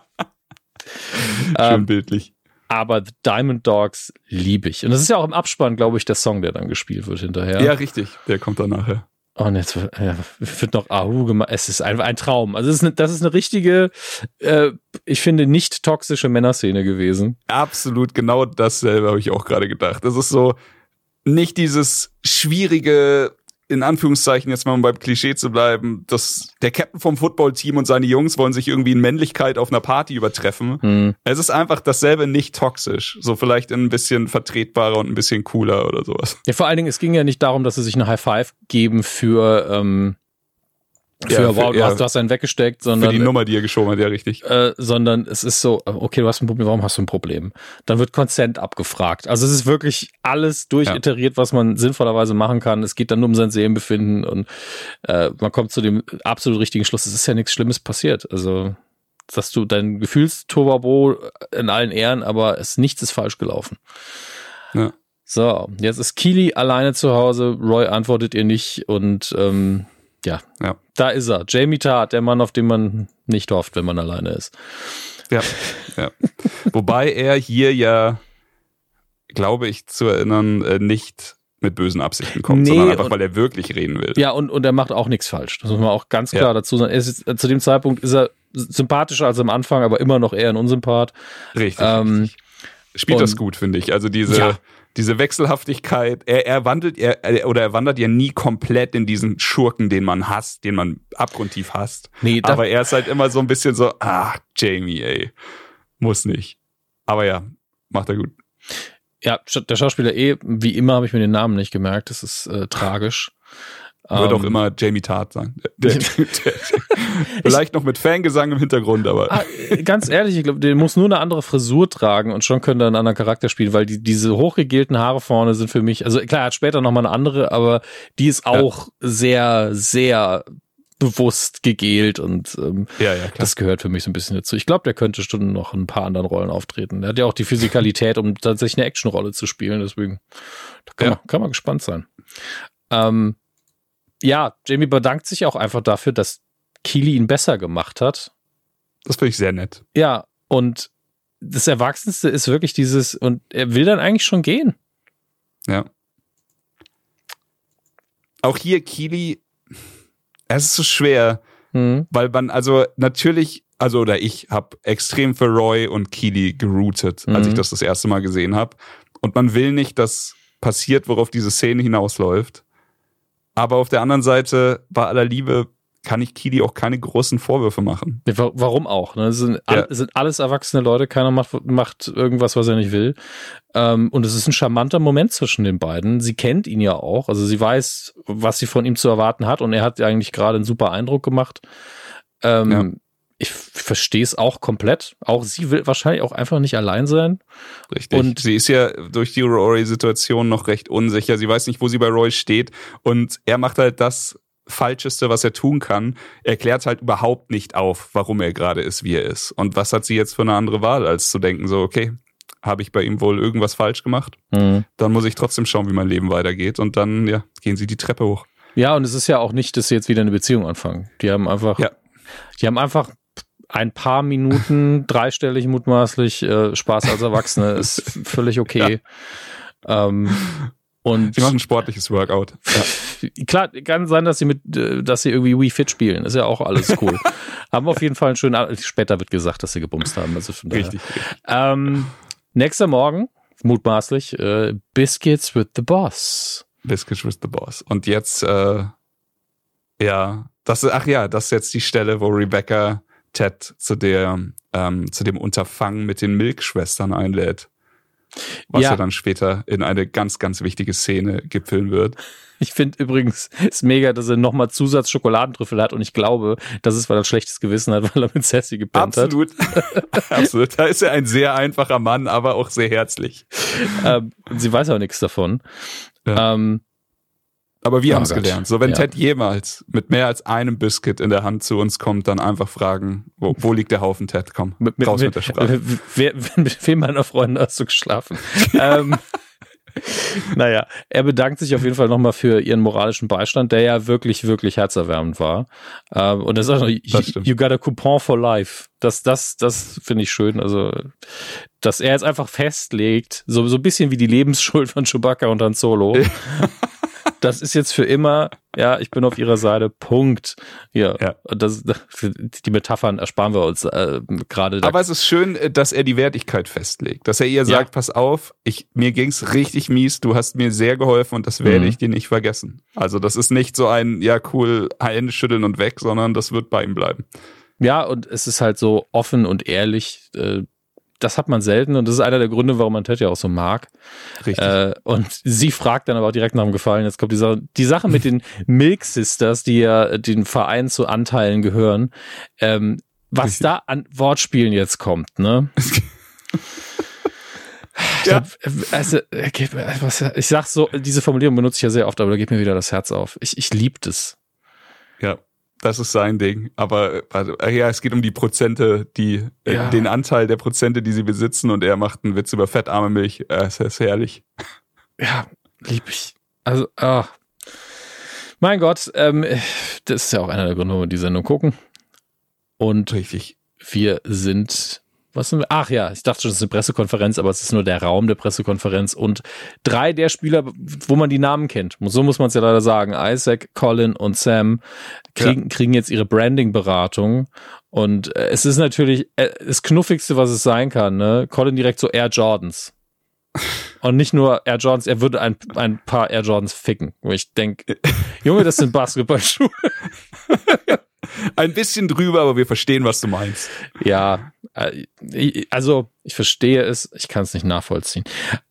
Schön bildlich. Aber The Diamond Dogs liebe ich. Und das ist ja auch im Abspann, glaube ich, der Song, der dann gespielt wird hinterher. Ja, richtig. Der kommt dann nachher. Und jetzt wird noch Ahu gemacht. Es ist einfach ein Traum. Also das ist eine richtige, ich finde, nicht toxische Männerszene gewesen. Absolut, genau dasselbe habe ich auch gerade gedacht. Das ist so nicht dieses schwierige, in Anführungszeichen, jetzt mal beim Klischee zu bleiben, dass der Captain vom Footballteam und seine Jungs wollen sich irgendwie in Männlichkeit auf einer Party übertreffen. Es ist einfach dasselbe, nicht toxisch. So vielleicht ein bisschen vertretbarer und ein bisschen cooler oder sowas. Ja, vor allen Dingen, es ging ja nicht darum, dass sie sich eine High Five geben für wow, du hast einen weggesteckt, sondern... Für die Nummer, die er geschoben hat, ja, richtig. Sondern es ist so, okay, du hast ein Problem, warum hast du ein Problem? Dann wird Consent abgefragt. Also es ist wirklich alles durchiteriert, was man sinnvollerweise machen kann. Es geht dann nur um sein Seelenbefinden und man kommt zu dem absolut richtigen Schluss. Es ist ja nichts Schlimmes passiert. Also, dass du dein Gefühlstobabo in allen Ehren, aber nichts ist falsch gelaufen. Ja. So, jetzt ist Keely alleine zu Hause, Roy antwortet ihr nicht und ja, da ist er. Jamie Tart, der Mann, auf den man nicht hofft, wenn man alleine ist. Ja. Wobei er hier ja, glaube ich, zu erinnern, nicht mit bösen Absichten kommt, sondern einfach, weil er wirklich reden will. Ja, und er macht auch nichts falsch. Das muss man auch ganz klar dazu sagen. Zu dem Zeitpunkt ist er sympathischer als am Anfang, aber immer noch eher ein Unsympath. Richtig. Spielt das gut, finde ich. Also diese Wechselhaftigkeit, er wandert ja nie komplett in diesen Schurken, den man hasst, den man abgrundtief hasst. Nee, aber er ist halt immer so ein bisschen so, Jamie, ey, muss nicht. Aber ja, macht er gut. Ja, der Schauspieler wie immer habe ich mir den Namen nicht gemerkt, das ist tragisch. Wird auch immer Jamie Tart sein. Vielleicht noch mit Fangesang im Hintergrund, aber. Ganz ehrlich, ich glaube, der muss nur eine andere Frisur tragen und schon könnte er einen anderen Charakter spielen, weil diese hochgegelten Haare vorne sind für mich, also klar, er hat später nochmal eine andere, aber die ist auch sehr, sehr bewusst gegelt und das gehört für mich so ein bisschen dazu. Ich glaube, der könnte schon noch ein paar anderen Rollen auftreten. Der hat ja auch die Physikalität, um tatsächlich eine Actionrolle zu spielen, deswegen da kann man gespannt sein. Ja, Jamie bedankt sich auch einfach dafür, dass Keely ihn besser gemacht hat. Das finde ich sehr nett. Ja, und das Erwachsenste ist wirklich dieses, und er will dann eigentlich schon gehen. Ja. Auch hier Keely, es ist so schwer, weil man, ich habe extrem für Roy und Keely geroutet, als ich das erste Mal gesehen habe. Und man will nicht, dass passiert, worauf diese Szene hinausläuft. Aber auf der anderen Seite, bei aller Liebe, kann ich Keely auch keine großen Vorwürfe machen. Warum auch? Ne? Es sind alles erwachsene Leute, keiner macht irgendwas, was er nicht will. Und es ist ein charmanter Moment zwischen den beiden. Sie kennt ihn ja auch, also sie weiß, was sie von ihm zu erwarten hat und er hat eigentlich gerade einen super Eindruck gemacht. Ich verstehe es auch komplett. Auch sie will wahrscheinlich auch einfach nicht allein sein. Richtig. Und sie ist ja durch die Rory-Situation noch recht unsicher. Sie weiß nicht, wo sie bei Roy steht. Und er macht halt das Falscheste, was er tun kann. Er klärt halt überhaupt nicht auf, warum er gerade ist, wie er ist. Und was hat sie jetzt für eine andere Wahl, als zu denken so, okay, habe ich bei ihm wohl irgendwas falsch gemacht. Dann muss ich trotzdem schauen, wie mein Leben weitergeht. Und dann, ja, gehen sie die Treppe hoch. Ja, und es ist ja auch nicht, dass sie jetzt wieder eine Beziehung anfangen. Die haben einfach ein paar Minuten, dreistellig mutmaßlich, Spaß als Erwachsene, ist völlig okay. Ja. Und sie machen ein sportliches Workout. Ja. Klar, kann sein, dass sie irgendwie Wii Fit spielen. Ist ja auch alles cool. Haben auf jeden Fall einen schönen Abend. Später wird gesagt, dass sie gebumst haben. Also von daher. Richtig. Nächster Morgen, mutmaßlich, Biscuits with the Boss. Biscuits with the Boss. Und jetzt, das ist jetzt die Stelle, wo Rebecca Ted zu dem Unterfangen mit den Milchschwestern einlädt. Was ja dann später in eine ganz, ganz wichtige Szene gipfeln wird. Ich finde übrigens, ist mega, dass er nochmal Zusatz-Schokoladentrüffel hat und ich glaube, das ist, weil er ein schlechtes Gewissen hat, weil er mit Sassy gepennt hat. Absolut. Da ist er ein sehr einfacher Mann, aber auch sehr herzlich. Sie weiß auch nichts davon. Ja. Aber wir haben es gelernt. So, wenn Ted jemals mit mehr als einem Biscuit in der Hand zu uns kommt, dann einfach fragen, wo liegt der Haufen, Ted? Komm, raus mit der Sprache. Mit wem meiner Freunde hast du geschlafen? Naja, er bedankt sich auf jeden Fall nochmal für ihren moralischen Beistand, der ja wirklich, wirklich herzerwärmend war. Und er sagt noch, you got a coupon for life. Das finde ich schön. Also, dass er jetzt einfach festlegt, so ein bisschen wie die Lebensschuld von Chewbacca und Han Solo. Das ist jetzt für immer, ja, ich bin auf ihrer Seite, Punkt. Ja. Die Metaphern ersparen wir uns gerade. Aber es ist schön, dass er die Wertigkeit festlegt. Dass er ihr sagt, pass auf, mir ging's richtig mies, du hast mir sehr geholfen und das werde ich dir nicht vergessen. Also das ist nicht so ein, ja cool, Hände schütteln und weg, sondern das wird bei ihm bleiben. Ja, und es ist halt so offen und ehrlich, das hat man selten und das ist einer der Gründe, warum man Ted ja auch so mag. Richtig. Und sie fragt dann aber auch direkt nach dem Gefallen. Jetzt kommt die Sache mit den Milk Sisters, die ja den Verein zu Anteilen gehören. Was richtig da an Wortspielen jetzt kommt, ne? Ja. Ich sag so, diese Formulierung benutze ich ja sehr oft, aber da geht mir wieder das Herz auf. Ich liebe das. Ja. Das ist sein Ding. Aber es geht um die Prozente, den Anteil der Prozente, die sie besitzen, und er macht einen Witz über fettarme Milch. Das ist herrlich. Ja, lieb ich. Also, mein Gott, das ist ja auch einer der Gründe, warum wir die Sendung gucken. Und richtig. Wir sind... Was sind wir? Ach ja, ich dachte schon, es ist eine Pressekonferenz, aber es ist nur der Raum der Pressekonferenz und 3 der Spieler, wo man die Namen kennt. So muss man es ja leider sagen. Isaac, Colin und Sam kriegen jetzt ihre Branding-Beratung und es ist natürlich das Knuffigste, was es sein kann. Ne? Colin direkt so Air Jordans. Und nicht nur Air Jordans, er würde ein paar Air Jordans ficken. Wo ich denke, Junge, das sind Basketballschuhe. Ein bisschen drüber, aber wir verstehen, was du meinst. Ja, also ich verstehe es, ich kann es nicht nachvollziehen.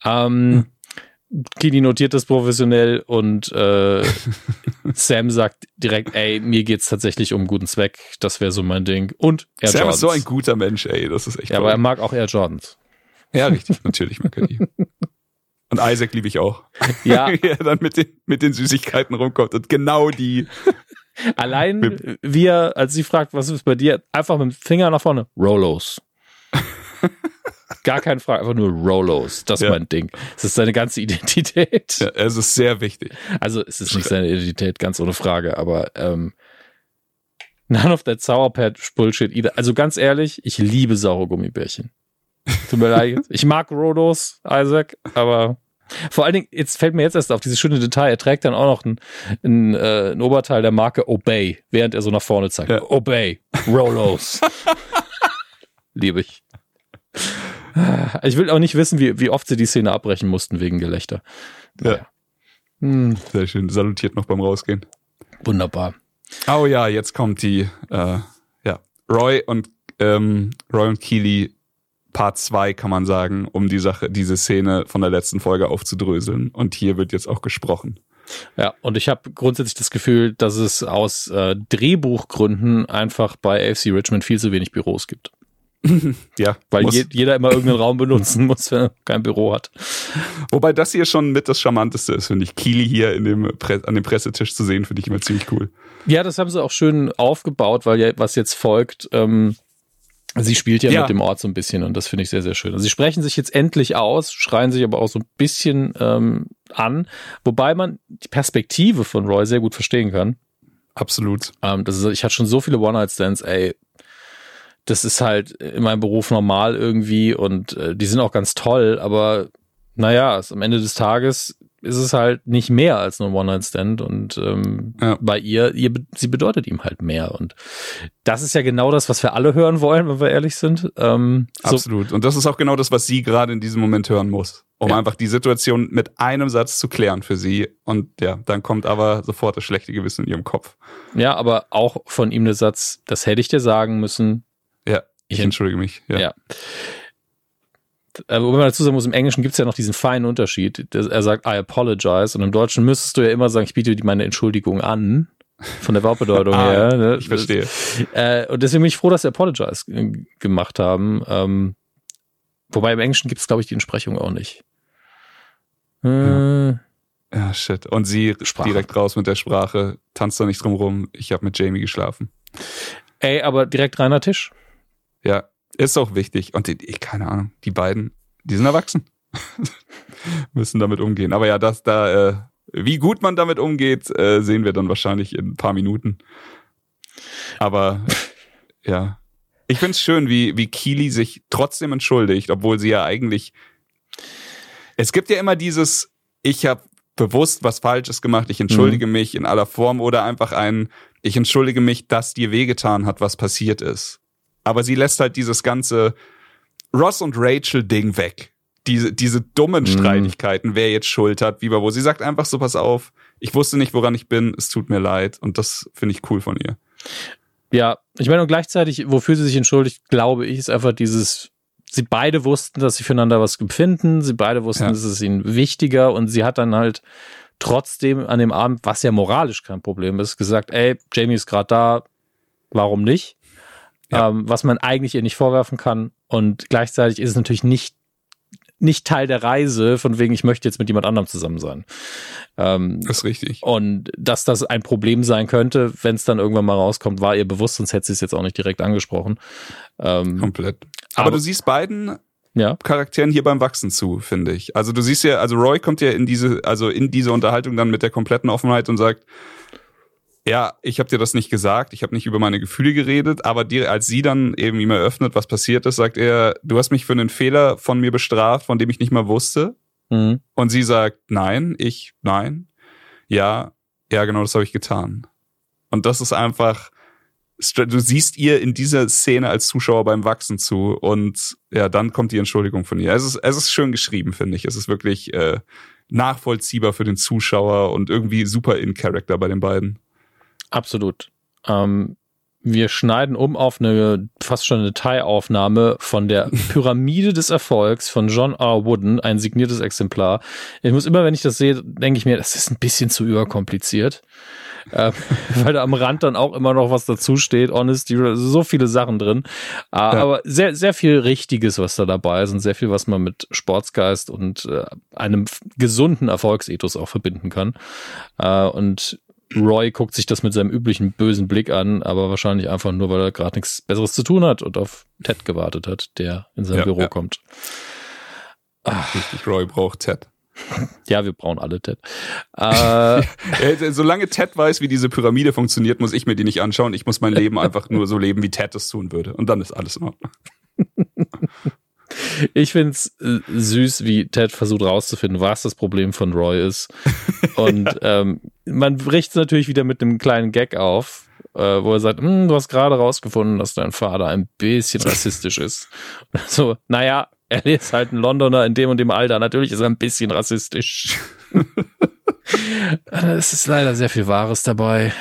Kili notiert das professionell und Sam sagt direkt, ey, mir geht's tatsächlich um einen guten Zweck, das wäre so mein Ding. Und Air Sam Jordans. Ist so ein guter Mensch, ey, das ist echt ja, toll. Aber er mag auch Air Jordans. Ja, richtig, natürlich mag er die. Und Isaac liebe ich auch. Ja. Wie er dann mit den Süßigkeiten rumkommt und genau die... Allein als sie fragt, was ist bei dir, einfach mit dem Finger nach vorne, Rolos. Gar keine Frage, einfach nur Rolos. Das ist mein Ding. Das ist seine ganze Identität. Ja, es ist sehr wichtig. Also es ist nicht seine Identität, ganz ohne Frage, aber none of that Sour Patch Bullshit either. Also ganz ehrlich, ich liebe saure Gummibärchen. Tut mir leid. Ich mag Rolos, Isaac, aber vor allen Dingen, jetzt fällt mir jetzt erst auf dieses schöne Detail, er trägt dann auch noch ein Oberteil der Marke Obey, während er so nach vorne zeigt. Ja. Obey, Rolos. Liebe ich. Ich will auch nicht wissen, wie oft sie die Szene abbrechen mussten wegen Gelächter. Ja. Sehr schön, salutiert noch beim Rausgehen. Wunderbar. Oh ja, jetzt kommt die Roy und Keely Part 2, kann man sagen, um diese Szene von der letzten Folge aufzudröseln. Und hier wird jetzt auch gesprochen. Ja, und ich habe grundsätzlich das Gefühl, dass es aus Drehbuchgründen einfach bei AFC Richmond viel zu wenig Büros gibt. Ja. Weil jeder immer irgendeinen Raum benutzen muss, wenn er kein Büro hat. Wobei das hier schon mit das Charmanteste ist, finde ich. Keely hier an dem Pressetisch zu sehen, finde ich immer ziemlich cool. Ja, das haben sie auch schön aufgebaut, weil ja, was jetzt folgt, Sie spielt ja mit dem Ort so ein bisschen und das finde ich sehr, sehr schön. Also sie sprechen sich jetzt endlich aus, schreien sich aber auch so ein bisschen an, wobei man die Perspektive von Roy sehr gut verstehen kann. Absolut. Ich hatte schon so viele One-Night-Stands, das ist halt in meinem Beruf normal irgendwie und die sind auch ganz toll, aber naja, am Ende des Tages ist es halt nicht mehr als nur ein One-Night-Stand und bei sie bedeutet ihm halt mehr und das ist ja genau das, was wir alle hören wollen, wenn wir ehrlich sind. Absolut. Und das ist auch genau das, was sie gerade in diesem Moment hören muss, um einfach die Situation mit einem Satz zu klären für sie und ja, dann kommt aber sofort das schlechte Gewissen in ihrem Kopf. Ja, aber auch von ihm der Satz, das hätte ich dir sagen müssen. Ja, ich entschuldige mich. Ja. Wobei man dazu sagen muss, im Englischen gibt es ja noch diesen feinen Unterschied. Er sagt, I apologize. Und im Deutschen müsstest du ja immer sagen, ich biete dir meine Entschuldigung an. Von der Wortbedeutung her. Ne? Ich verstehe. Und deswegen bin ich froh, dass sie apologize gemacht haben. Wobei im Englischen gibt es, glaube ich, die Entsprechung auch nicht. Ja, shit. Und sie direkt raus mit der Sprache, tanzt da nicht drum rum. Ich habe mit Jamie geschlafen. Aber direkt reiner Tisch. Ja. Ist auch wichtig. Und keine Ahnung, die beiden, die sind erwachsen. Müssen damit umgehen. Aber ja, wie gut man damit umgeht, sehen wir dann wahrscheinlich in ein paar Minuten. Aber ja, ich find's schön, wie Keely sich trotzdem entschuldigt, obwohl sie ja eigentlich... Es gibt ja immer dieses, ich habe bewusst was Falsches gemacht, ich entschuldige mich in aller Form oder einfach ich entschuldige mich, dass dir wehgetan hat, was passiert ist. Aber sie lässt halt dieses ganze Ross und Rachel Ding weg. Diese dummen Streitigkeiten, wer jetzt Schuld hat, wo sie sagt einfach so, pass auf, ich wusste nicht, woran ich bin, es tut mir leid. Und das finde ich cool von ihr. Ja, ich meine, und gleichzeitig, wofür sie sich entschuldigt, glaube ich, ist einfach sie beide wussten, dass sie füreinander was empfinden, sie beide wussten, es ist ihnen wichtiger und sie hat dann halt trotzdem an dem Abend, was ja moralisch kein Problem ist, gesagt, Jamie ist gerade da, warum nicht? Ja. Was man eigentlich ihr nicht vorwerfen kann. Und gleichzeitig ist es natürlich nicht Teil der Reise, von wegen, ich möchte jetzt mit jemand anderem zusammen sein. Das ist richtig. Und dass das ein Problem sein könnte, wenn es dann irgendwann mal rauskommt, war ihr bewusst, sonst hätte sie es jetzt auch nicht direkt angesprochen. Komplett. Aber du siehst beiden Charakteren hier beim Wachsen zu, finde ich. Also du siehst ja, Roy kommt ja in diese Unterhaltung dann mit der kompletten Offenheit und sagt, ja, ich habe dir das nicht gesagt, ich habe nicht über meine Gefühle geredet, aber als sie dann eben ihm eröffnet, was passiert ist, sagt er, du hast mich für einen Fehler von mir bestraft, von dem ich nicht mal wusste. Mhm. Und sie sagt, nein. Ja, genau, das habe ich getan. Und das ist einfach, du siehst ihr in dieser Szene als Zuschauer beim Wachsen zu und ja, dann kommt die Entschuldigung von ihr. Es ist schön geschrieben, finde ich. Es ist wirklich nachvollziehbar für den Zuschauer und irgendwie super in Character bei den beiden. Absolut. Wir schneiden auf fast schon eine Detailaufnahme von der Pyramide des Erfolgs von John R. Wooden, ein signiertes Exemplar. Ich muss immer, wenn ich das sehe, denke ich mir, das ist ein bisschen zu überkompliziert. Weil da am Rand dann auch immer noch was dazu steht, Honesty, so viele Sachen drin. Aber sehr, sehr viel Richtiges, was da dabei ist und sehr viel, was man mit Sportsgeist und einem gesunden Erfolgsethos auch verbinden kann. Und Roy guckt sich das mit seinem üblichen bösen Blick an, aber wahrscheinlich einfach nur, weil er gerade nichts Besseres zu tun hat und auf Ted gewartet hat, der in sein Büro kommt. Richtig, Roy braucht Ted. Ja, wir brauchen alle Ted. Solange Ted weiß, wie diese Pyramide funktioniert, muss ich mir die nicht anschauen. Ich muss mein Leben einfach nur so leben, wie Ted es tun würde. Und dann ist alles in Ordnung. Ich find's süß, wie Ted versucht rauszufinden, was das Problem von Roy ist. Und man bricht es natürlich wieder mit einem kleinen Gag auf, wo er sagt, du hast gerade rausgefunden, dass dein Vater ein bisschen rassistisch ist. So, naja, er ist halt ein Londoner in dem und dem Alter. Natürlich ist er ein bisschen rassistisch. Es ist leider sehr viel Wahres dabei.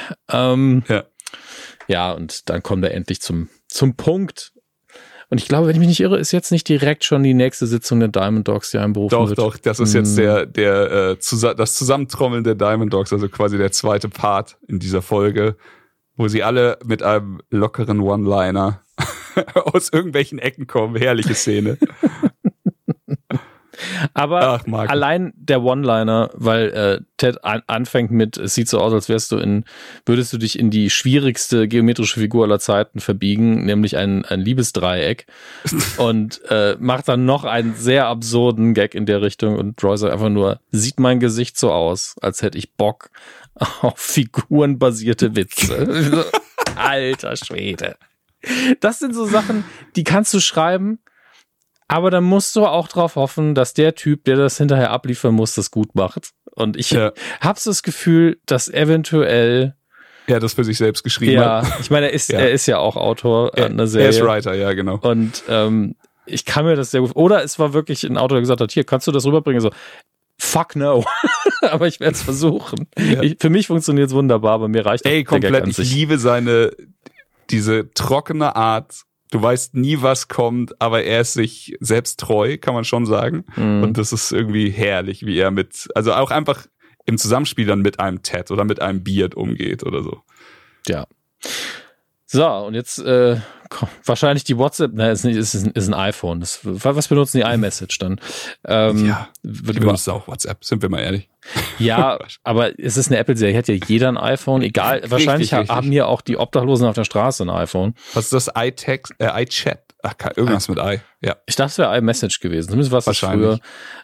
Ja, und dann kommt er endlich zum Punkt. Und ich glaube, wenn ich mich nicht irre, ist jetzt nicht direkt schon die nächste Sitzung der Diamond Dogs, die einberufen wird. Doch, das ist jetzt das Zusammentrommeln der Diamond Dogs, also quasi der zweite Part in dieser Folge, wo sie alle mit einem lockeren One-Liner aus irgendwelchen Ecken kommen. Herrliche Szene. Aber allein der One-Liner, weil Ted anfängt mit, es sieht so aus, als würdest du dich in die schwierigste geometrische Figur aller Zeiten verbiegen, nämlich ein Liebesdreieck. Und macht dann noch einen sehr absurden Gag in der Richtung und Roy sagt einfach nur, sieht mein Gesicht so aus, als hätte ich Bock auf figurenbasierte Witze. Alter Schwede. Das sind so Sachen, die kannst du schreiben, aber dann musst du auch drauf hoffen, dass der Typ, der das hinterher abliefern muss, das gut macht. Und ich habe so das Gefühl, dass eventuell das für sich selbst geschrieben hat. Ja, ich meine, er ist ja auch Autor einer Serie. Er ist Writer, ja, genau. Und ich kann mir das sehr gut... Oder es war wirklich ein Autor, der gesagt hat, hier, kannst du das rüberbringen? So, fuck no. Aber ich werde es versuchen. Ja. Für mich funktioniert es wunderbar, aber mir reicht das komplett. Ich liebe diese trockene Art. Du weißt nie, was kommt, aber er ist sich selbst treu, kann man schon sagen. Und das ist irgendwie herrlich, wie er also auch einfach im Zusammenspiel dann mit einem Ted oder mit einem Beard umgeht oder so. Ja. So, und jetzt wahrscheinlich die WhatsApp, ist ein iPhone. Was benutzen die iMessage dann? Die benutzt auch WhatsApp, sind wir mal ehrlich. Ja, aber es ist eine Apple-Serie, hat ja jeder ein iPhone, egal. Richtig, wahrscheinlich haben hier auch die Obdachlosen auf der Straße ein iPhone. Was ist das? iChat? Ach, irgendwas mit i. Ja. Ich dachte, es wäre iMessage gewesen. Zumindest war es früher.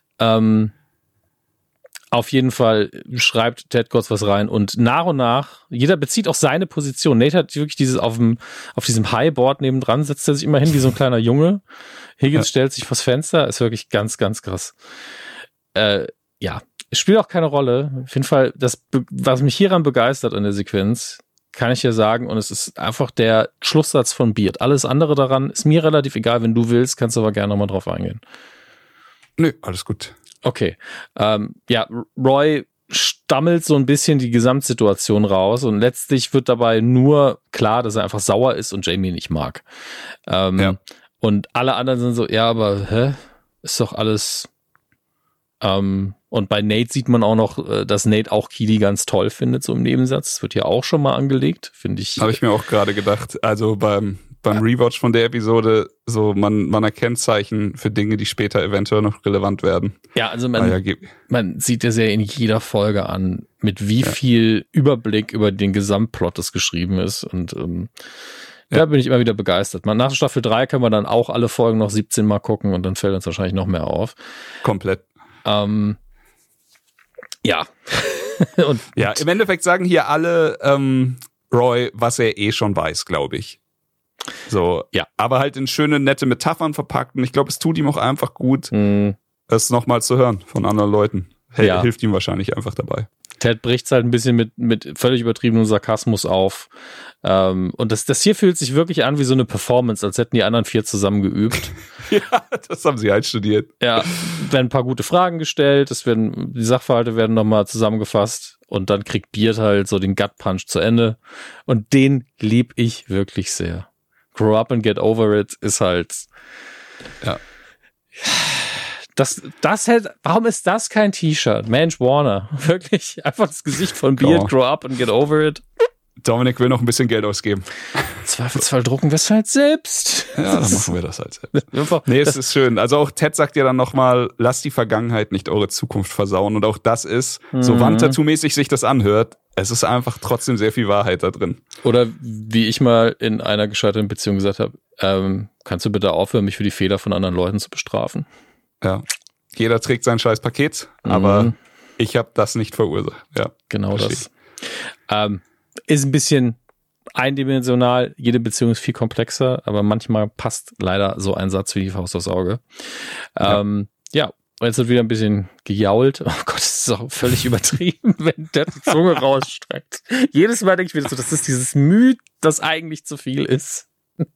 Auf jeden Fall schreibt Ted kurz was rein und nach, jeder bezieht auch seine Position. Nate hat wirklich dieses auf diesem Highboard nebendran, setzt er sich immer hin wie so ein kleiner Junge. Higgins stellt sich vors Fenster, ist wirklich ganz, ganz krass. Es spielt auch keine Rolle. Auf jeden Fall, was mich hieran begeistert in der Sequenz, kann ich ja sagen, und es ist einfach der Schlusssatz von Beard. Alles andere daran ist mir relativ egal. Wenn du willst, kannst du aber gerne nochmal drauf eingehen. Nö, alles gut. Okay. Roy stammelt so ein bisschen die Gesamtsituation raus und letztlich wird dabei nur klar, dass er einfach sauer ist und Jamie nicht mag. Und alle anderen sind so, ja, aber ist doch alles... und bei Nate sieht man auch noch, dass Nate auch Keely ganz toll findet, so im Nebensatz. Das wird hier auch schon mal angelegt, finde ich. Habe ich mir auch gerade gedacht. Also beim Rewatch von der Episode, so man erkennt Zeichen für Dinge, die später eventuell noch relevant werden. Ja, also man sieht ja sehr in jeder Folge an, mit wie viel Überblick über den Gesamtplot das geschrieben ist. Und da bin ich immer wieder begeistert. Nach Staffel 3 können wir dann auch alle Folgen noch 17 Mal gucken und dann fällt uns wahrscheinlich noch mehr auf. Komplett. Ja. Im Endeffekt sagen hier alle Roy, was er schon weiß, glaube ich. So, aber halt in schöne, nette Metaphern verpackt und ich glaube, es tut ihm auch einfach gut, es nochmal zu hören von anderen Leuten. Hilft ihm wahrscheinlich einfach dabei. Ted bricht halt ein bisschen mit völlig übertriebenem Sarkasmus auf. Und das hier fühlt sich wirklich an wie so eine Performance, als hätten die anderen 4 zusammen geübt. Ja, das haben sie einstudiert. Ja, werden ein paar gute Fragen gestellt, die Sachverhalte werden nochmal zusammengefasst und dann kriegt Beard halt so den Gut Punch zu Ende. Und den lieb ich wirklich sehr. Grow up and get over it ist halt... Ja. Warum ist das kein T-Shirt? Mensch, Warner. Wirklich, einfach das Gesicht von Beard, grow up and get over it. Dominik will noch ein bisschen Geld ausgeben. Zweifelsfall drucken wir es halt selbst. Ja, dann machen wir das halt selbst. Es ist schön. Also auch Ted sagt ja dann nochmal, lasst die Vergangenheit nicht eure Zukunft versauen. Und auch das ist, so Wandtattoo-mäßig sich das anhört, es ist einfach trotzdem sehr viel Wahrheit da drin. Oder wie ich mal in einer gescheiterten Beziehung gesagt habe, kannst du bitte aufhören, mich für die Fehler von anderen Leuten zu bestrafen? Ja, jeder trägt sein scheiß Paket, aber ich habe das nicht verursacht. Ja, genau das. Ist ein bisschen eindimensional, jede Beziehung ist viel komplexer, aber manchmal passt leider so ein Satz wie die Faust aufs Auge. Und jetzt wird wieder ein bisschen gejault. Oh Gott, das ist auch völlig übertrieben, wenn der die Zunge rausstreckt. Jedes Mal denke ich wieder so, das ist dieses Mühe, das eigentlich zu viel ist.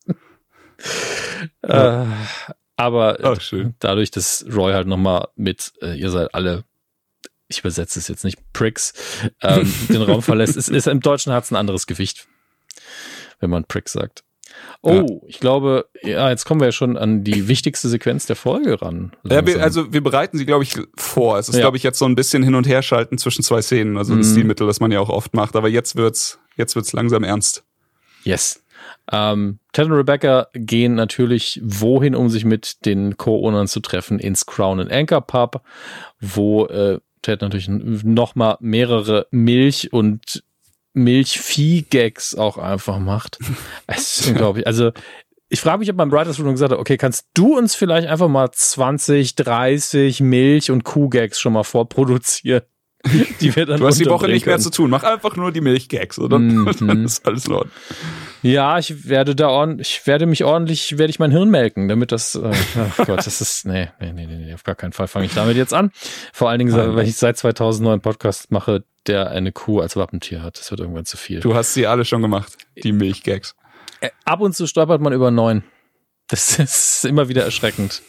Aber dadurch, dass Roy halt nochmal mit, ihr seid alle, ich übersetze es jetzt nicht, Pricks, den Raum verlässt, ist im Deutschen hat es ein anderes Gewicht, wenn man Pricks sagt. Ich glaube, jetzt kommen wir ja schon an die wichtigste Sequenz der Folge ran. Wir bereiten sie, glaube ich, vor. Es ist, glaube ich, jetzt so ein bisschen hin und her schalten zwischen 2 Szenen, also ein Stilmittel, das man ja auch oft macht, aber jetzt wird's langsam ernst. Yes. Ted und Rebecca gehen natürlich wohin, um sich mit den Co-Ownern zu treffen, ins Crown and Anchor Pub, wo Ted natürlich nochmal mehrere Milch- und Milchvieh-Gags auch einfach macht. Es ist unglaublich. Also ich frage mich, ob mein Writers Room gesagt hat, okay, kannst du uns vielleicht einfach mal 20, 30 Milch- und Kuh-Gags schon mal vorproduzieren? Die wir dann du hast die Woche nicht mehr zu tun. Mach einfach nur die Milch-Gags, oder? Dann ist alles in Ordnung. Ja, ich werde mein Hirn melken, damit das, oh Gott, das ist, nee, auf gar keinen Fall fange ich damit jetzt an. Vor allen Dingen, weil ich seit 2009 einen Podcast mache, der eine Kuh als Wappentier hat. Das wird irgendwann zu viel. Du hast sie alle schon gemacht, die Milch-Gags. Ab und zu stolpert man über 9. Das ist immer wieder erschreckend.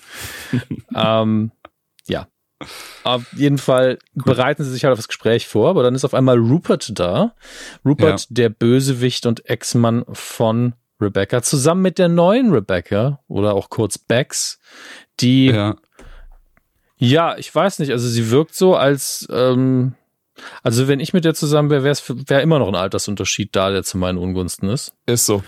Ja. Auf jeden Fall bereiten sie sich halt auf das Gespräch vor, aber dann ist auf einmal Rupert da. Rupert, der Bösewicht und Ex-Mann von Rebecca, zusammen mit der neuen Rebecca oder auch kurz Bex, die, ja, ich weiß nicht, also sie wirkt so als, also wenn ich mit der zusammen wäre, wäre immer noch ein Altersunterschied da, der zu meinen Ungunsten ist. Ist so.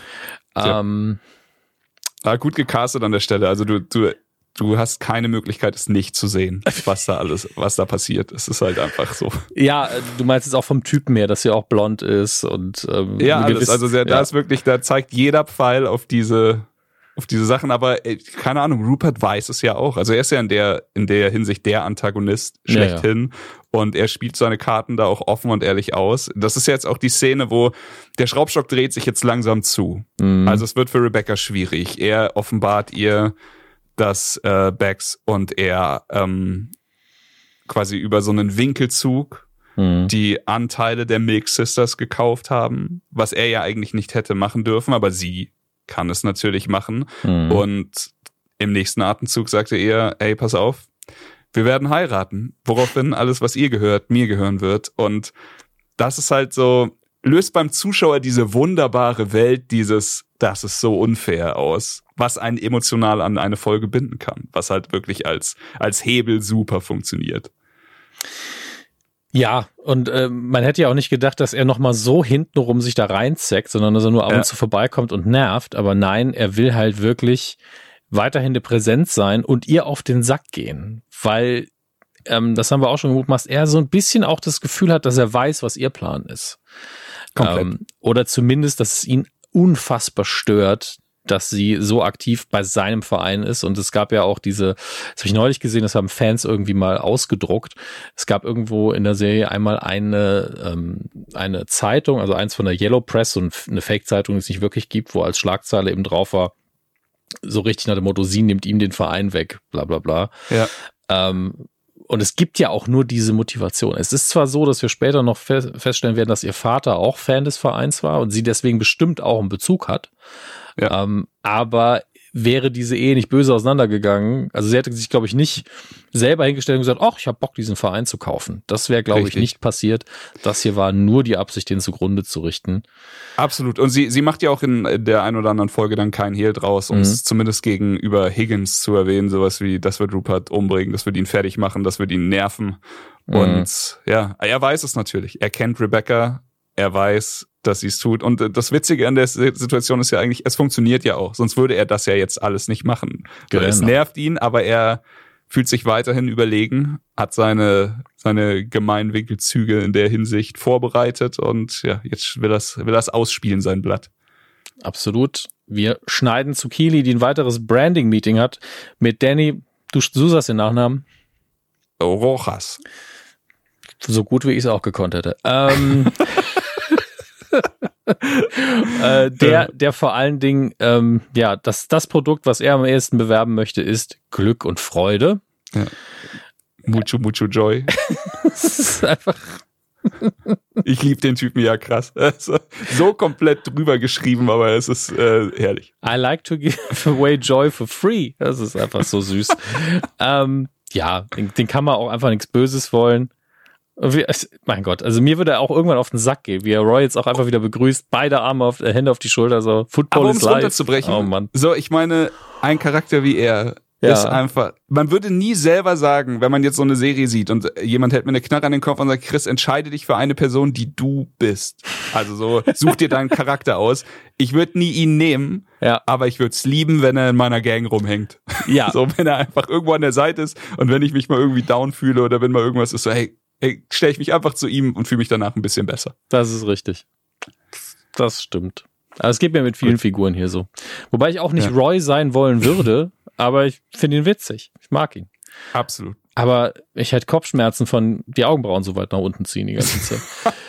Gut gecastet an der Stelle, also du hast keine Möglichkeit, es nicht zu sehen, was da passiert. Es ist halt einfach so. Ja, du meinst jetzt auch vom Typen her, dass sie auch blond ist und ja, alles. Also da ist wirklich, da zeigt jeder Pfeil auf diese Sachen, aber keine Ahnung, Rupert weiß es ja auch. Also er ist ja in der Hinsicht der Antagonist schlechthin und er spielt seine Karten da auch offen und ehrlich aus. Das ist jetzt auch die Szene, wo der Schraubstock dreht sich jetzt langsam zu. Also es wird für Rebecca schwierig. Er offenbart ihr, dass Bex und er quasi über so einen Winkelzug die Anteile der Milk Sisters gekauft haben, was er ja eigentlich nicht hätte machen dürfen, aber sie kann es natürlich machen. Und im nächsten Atemzug sagte er, ey, pass auf, wir werden heiraten, woraufhin alles, was ihr gehört, mir gehören wird. Und das ist halt so, löst beim Zuschauer diese wunderbare Welt das ist so unfair aus, was einen emotional an eine Folge binden kann, was halt wirklich als Hebel super funktioniert. Ja, und man hätte ja auch nicht gedacht, dass er nochmal so hintenrum sich da reinzeckt, sondern dass er nur ab und zu vorbeikommt und nervt. Aber nein, er will halt wirklich weiterhin eine Präsenz sein und ihr auf den Sack gehen, weil, das haben wir auch schon gemutmaßt, er so ein bisschen auch das Gefühl hat, dass er weiß, was ihr Plan ist. Oder zumindest, dass es ihn unfassbar stört, dass sie so aktiv bei seinem Verein ist. Und es gab ja auch das habe ich neulich gesehen, das haben Fans irgendwie mal ausgedruckt. Es gab irgendwo in der Serie einmal eine Zeitung, also eins von der Yellow Press, so eine Fake-Zeitung, die es nicht wirklich gibt, wo als Schlagzeile eben drauf war, so richtig nach dem Motto, sie nimmt ihm den Verein weg, bla bla bla. Ja. Und es gibt ja auch nur diese Motivation. Es ist zwar so, dass wir später noch feststellen werden, dass ihr Vater auch Fan des Vereins war und sie deswegen bestimmt auch einen Bezug hat. Ja. Aber wäre diese Ehe nicht böse auseinandergegangen, also sie hätte sich, glaube ich, nicht selber hingestellt und gesagt, ach, ich habe Bock, diesen Verein zu kaufen. Das wäre, glaube ich, nicht passiert. Das hier war nur die Absicht, den zugrunde zu richten. Absolut. Und sie macht ja auch in der ein oder anderen Folge dann keinen Hehl draus, um es zumindest gegenüber Higgins zu erwähnen, sowas wie, das wird Rupert umbringen, das wird ihn fertig machen, das wird ihn nerven. Und ja, er weiß es natürlich. Er kennt Rebecca, er weiß, dass sie es tut. Und das Witzige an der Situation ist ja eigentlich, es funktioniert ja auch. Sonst würde er das ja jetzt alles nicht machen. Genau. Es nervt ihn, aber er fühlt sich weiterhin überlegen, hat seine Gemeinwinkelzüge in der Hinsicht vorbereitet und ja, jetzt will das ausspielen, sein Blatt. Absolut. Wir schneiden zu Keely, die ein weiteres Branding-Meeting hat mit Danny. Du sagst den Nachnamen? Rojas. So gut, wie ich es auch gekonnt hätte. Der vor allen Dingen, das Produkt, was er am ehesten bewerben möchte, ist Glück und Freude. Ja. Mucho, mucho joy. Das ist einfach. Ich liebe den Typen ja krass. So komplett drüber geschrieben, aber es ist herrlich. I like to give away joy for free. Das ist einfach so süß. Den kann man auch einfach nichts Böses wollen. Mein Gott, also mir würde er auch irgendwann auf den Sack gehen, wie er Roy jetzt auch einfach wieder begrüßt, beide Hände auf die Schulter, so Football aber is life. Runterzubrechen, oh Mann. So, ich meine, ein Charakter wie er ist einfach, man würde nie selber sagen, wenn man jetzt so eine Serie sieht und jemand hält mir eine Knarre an den Kopf und sagt, Chris, entscheide dich für eine Person, die du bist. Also so, such dir deinen Charakter aus. Ich würde nie ihn nehmen, aber ich würde es lieben, wenn er in meiner Gang rumhängt. Ja. So, wenn er einfach irgendwo an der Seite ist und wenn ich mich mal irgendwie down fühle oder wenn mal irgendwas ist, so, hey, stelle ich mich einfach zu ihm und fühle mich danach ein bisschen besser. Das ist richtig. Das stimmt. Aber es geht mir mit vielen Figuren hier so. Wobei ich auch nicht Roy sein wollen würde, aber ich finde ihn witzig. Ich mag ihn. Absolut. Aber ich hätte Kopfschmerzen von die Augenbrauen so weit nach unten ziehen die ganze Zeit.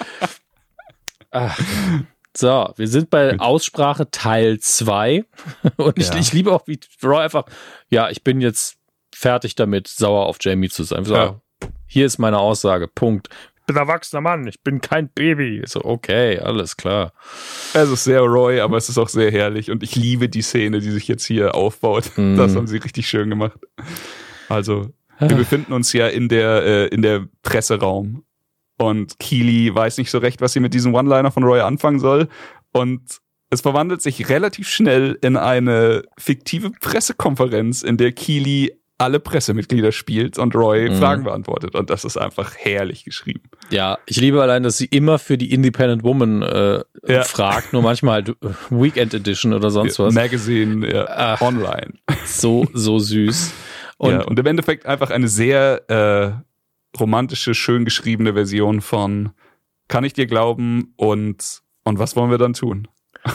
So, wir sind bei Aussprache Teil 2. Und ich liebe auch, wie Roy einfach, ich bin jetzt fertig damit, sauer auf Jamie zu sein. So, hier ist meine Aussage, Punkt. Ich bin ein erwachsener Mann, ich bin kein Baby. So, okay, alles klar. Es ist sehr Roy, aber es ist auch sehr herrlich und ich liebe die Szene, die sich jetzt hier aufbaut. Das haben sie richtig schön gemacht. Also, wir befinden uns ja in der Presseraum und Keely weiß nicht so recht, was sie mit diesem One-Liner von Roy anfangen soll und es verwandelt sich relativ schnell in eine fiktive Pressekonferenz, in der Keely alle Pressemitglieder spielt und Roy Fragen beantwortet. Und das ist einfach herrlich geschrieben. Ja, ich liebe allein, dass sie immer für die Independent Woman fragt, nur manchmal halt Weekend Edition oder sonst was. Magazine, online. So süß. Und im Endeffekt einfach eine sehr romantische, schön geschriebene Version von Kann ich dir glauben und was wollen wir dann tun?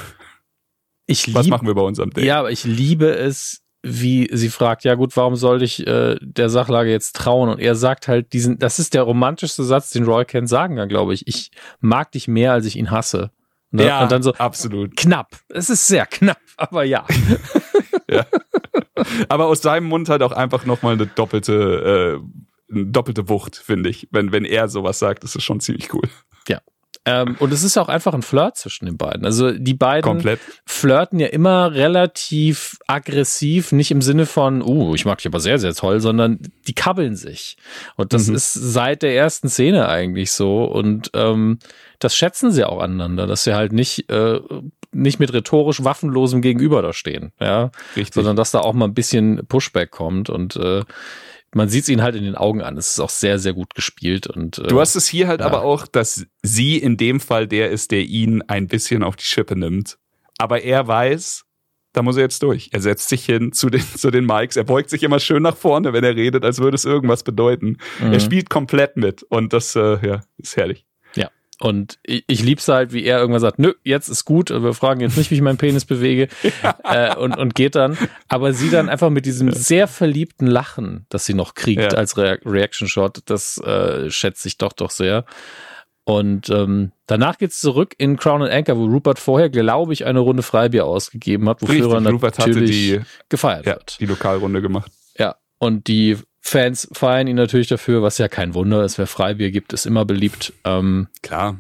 Was machen wir bei unserem Date? Ja, aber ich liebe es, wie sie fragt, ja gut, warum sollte ich der Sachlage jetzt trauen? Und er sagt halt das ist der romantischste Satz, den Roy kennt, sagen kann, glaube ich. Ich mag dich mehr, als ich ihn hasse. Ne? Ja, und dann so, absolut. Knapp. Es ist sehr knapp, aber ja. Ja. Aber aus seinem Mund halt auch einfach nochmal eine doppelte Wucht, finde ich. Wenn er sowas sagt, ist es schon ziemlich cool. Ja. Und es ist auch einfach ein Flirt zwischen den beiden. Also die beiden flirten ja immer relativ aggressiv, nicht im Sinne von, ich mag dich aber sehr, sehr toll, sondern die kabbeln sich. Und das ist seit der ersten Szene eigentlich so. Und das schätzen sie auch aneinander, dass sie halt nicht mit rhetorisch waffenlosem Gegenüber da stehen, ja, richtig. Sondern dass da auch mal ein bisschen Pushback kommt und man sieht es ihnen halt in den Augen an. Es ist auch sehr, sehr gut gespielt. Und du hast es hier halt aber auch, dass sie in dem Fall der ist, der ihn ein bisschen auf die Schippe nimmt. Aber er weiß, da muss er jetzt durch. Er setzt sich hin zu den Mics. Er beugt sich immer schön nach vorne, wenn er redet, als würde es irgendwas bedeuten. Er spielt komplett mit und das ist herrlich. Und ich lieb's halt, wie er irgendwann sagt, nö, jetzt ist gut, wir fragen jetzt nicht, wie ich meinen Penis bewege und geht dann. Aber sie dann einfach mit diesem sehr verliebten Lachen, das sie noch kriegt als Reaction-Shot, das schätze ich doch sehr. Und danach geht's zurück in Crown and Anchor, wo Rupert vorher, glaube ich, eine Runde Freibier ausgegeben hat, wofür er natürlich gefeiert wird. Die Lokalrunde gemacht. Ja, und die Fans feiern ihn natürlich dafür, was ja kein Wunder ist. Wer Freibier gibt, ist immer beliebt. Klar.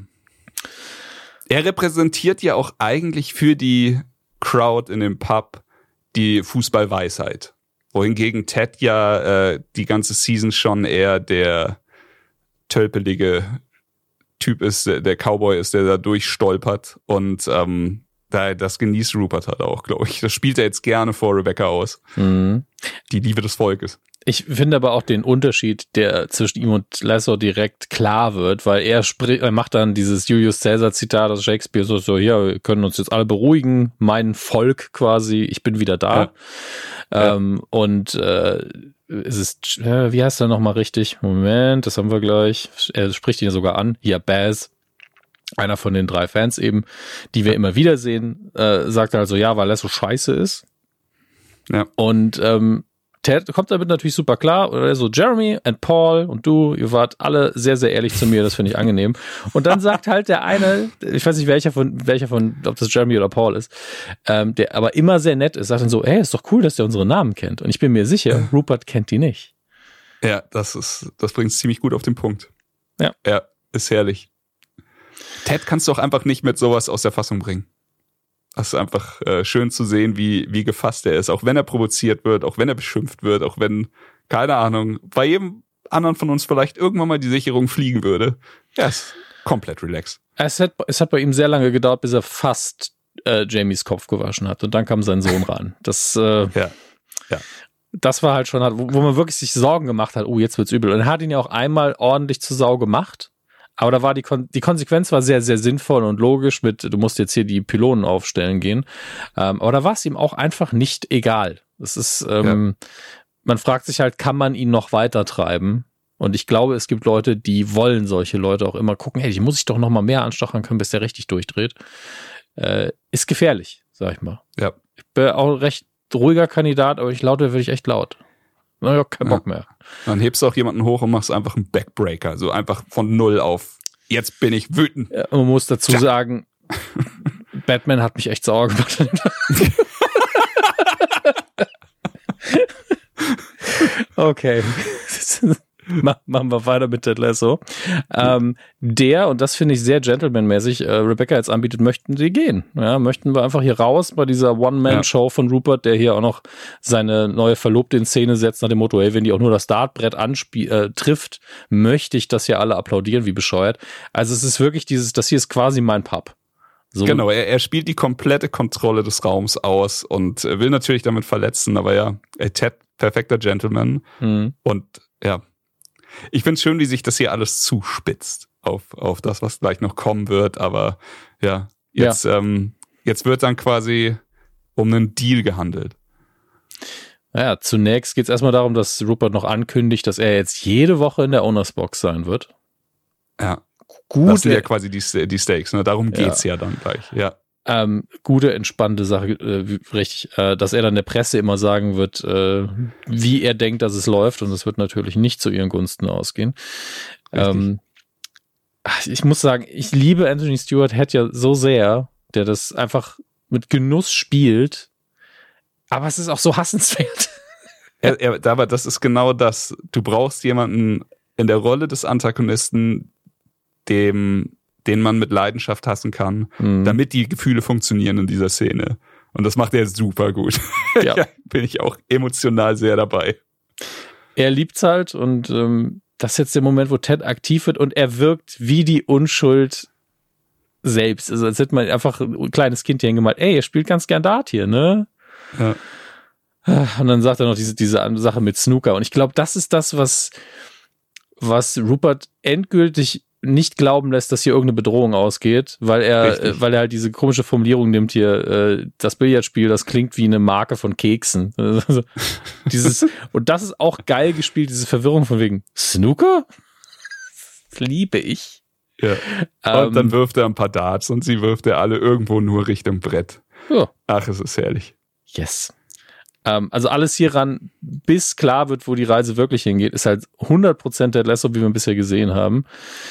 Er repräsentiert ja auch eigentlich für die Crowd in dem Pub die Fußballweisheit. Wohingegen Ted ja die ganze Season schon eher der tölpelige Typ ist, der Cowboy ist, der da durchstolpert. Und das genießt Rupert halt auch, glaube ich. Das spielt er jetzt gerne vor Rebecca aus. Die Liebe des Volkes. Ich finde aber auch den Unterschied, der zwischen ihm und Lasso direkt klar wird, weil er macht dann dieses Julius Caesar-Zitat aus Shakespeare, so, ja, wir können uns jetzt alle beruhigen, mein Volk quasi, ich bin wieder da. Ja. Und es ist, wie heißt er nochmal richtig? Moment, das haben wir gleich. Er spricht ihn ja sogar an. Hier, Baz, einer von den 3 Fans eben, die wir immer wieder sehen, sagt also, ja, weil Lasso scheiße ist. Ja. Und Ted kommt damit natürlich super klar, oder so, Jeremy and Paul und du, ihr wart alle sehr, sehr ehrlich zu mir, das finde ich angenehm. Und dann sagt halt der eine, ich weiß nicht welcher von, ob das Jeremy oder Paul ist, der aber immer sehr nett ist, sagt dann so, ist doch cool, dass der unsere Namen kennt. Und ich bin mir sicher, Rupert kennt die nicht. Ja, das bringt es ziemlich gut auf den Punkt. Ja. Ja, ist herrlich. Ted kannst du auch einfach nicht mit sowas aus der Fassung bringen. Das ist einfach schön zu sehen, wie gefasst er ist. Auch wenn er provoziert wird, auch wenn er beschimpft wird, auch wenn, keine Ahnung, bei jedem anderen von uns vielleicht irgendwann mal die Sicherung fliegen würde. Er ist komplett relaxed. Es hat bei ihm sehr lange gedauert, bis er fast Jamies Kopf gewaschen hat. Und dann kam sein Sohn ran. Das, ja. Das war halt schon, wo man wirklich sich Sorgen gemacht hat, oh, jetzt wird's übel. Und er hat ihn ja auch einmal ordentlich zur Sau gemacht. Aber da war die Konsequenz war sehr, sehr sinnvoll und logisch mit, du musst jetzt hier die Pylonen aufstellen gehen. Aber da war es ihm auch einfach nicht egal. Es ist, man fragt sich halt, kann man ihn noch weiter treiben? Und ich glaube, es gibt Leute, die wollen solche Leute auch immer gucken, hey, die muss ich doch noch mal mehr anstacheln können, bis der richtig durchdreht. Ist gefährlich, sag ich mal. Ja. Ich bin auch ein recht ruhiger Kandidat, aber würde ich echt laut. Na ja, kein Bock mehr. Dann hebst du auch jemanden hoch und machst einfach einen Backbreaker. So einfach von 0 auf, jetzt bin ich wütend. Ja, man muss dazu sagen, Batman hat mich echt sauer gemacht. Okay. Machen wir weiter mit Ted Lasso. Und das finde ich sehr gentlemanmäßig, Rebecca jetzt anbietet, möchten sie gehen. Ja, möchten wir einfach hier raus bei dieser One-Man-Show von Rupert, der hier auch noch seine neue Verlobte in Szene setzt nach dem Motto, hey, wenn die auch nur das Dartbrett trifft, möchte ich das hier alle applaudieren, wie bescheuert. Also es ist wirklich das hier ist quasi mein Pub. So. Genau, er spielt die komplette Kontrolle des Raums aus und will natürlich damit verletzen, aber ja, Ted, perfekter Gentleman. Und ja, ich finde es schön, wie sich das hier alles zuspitzt auf das, was gleich noch kommen wird. Aber ja, jetzt wird dann quasi um einen Deal gehandelt. Naja, zunächst geht es erstmal darum, dass Rupert noch ankündigt, dass er jetzt jede Woche in der Owners Box sein wird. Ja, gut. Das sind ja quasi die Stakes, ne? Darum geht's ja dann gleich, ja. Gute, entspannte Sache, richtig, dass er dann der Presse immer sagen wird, wie er denkt, dass es läuft, und das wird natürlich nicht zu ihren Gunsten ausgehen. Ich muss sagen, ich liebe Anthony Stewart Head ja so sehr, der das einfach mit Genuss spielt, aber es ist auch so hassenswert. Aber das ist genau das. Du brauchst jemanden in der Rolle des Antagonisten, den man mit Leidenschaft hassen kann, damit die Gefühle funktionieren in dieser Szene. Und das macht er super gut. Ja. Ja, bin ich auch emotional sehr dabei. Er liebt's halt, und das ist jetzt der Moment, wo Ted aktiv wird, und er wirkt wie die Unschuld selbst. Also als hätte man einfach ein kleines Kind hier hingemalt, ey, er spielt ganz gern Dart hier, ne? Ja. Und dann sagt er noch diese Sache mit Snooker. Und ich glaube, das ist das, was Rupert endgültig nicht glauben lässt, dass hier irgendeine Bedrohung ausgeht, weil er halt diese komische Formulierung nimmt hier, das Billardspiel, das klingt wie eine Marke von Keksen. Also, und das ist auch geil gespielt, diese Verwirrung von wegen Snooker? Das liebe ich. Ja. Und dann wirft er ein paar Darts und sie wirft er alle irgendwo nur Richtung Brett. Ja. Ach, es ist herrlich. Yes. Also alles hieran, bis klar wird, wo die Reise wirklich hingeht, ist halt 100% Ted Lasso, wie wir bisher gesehen haben.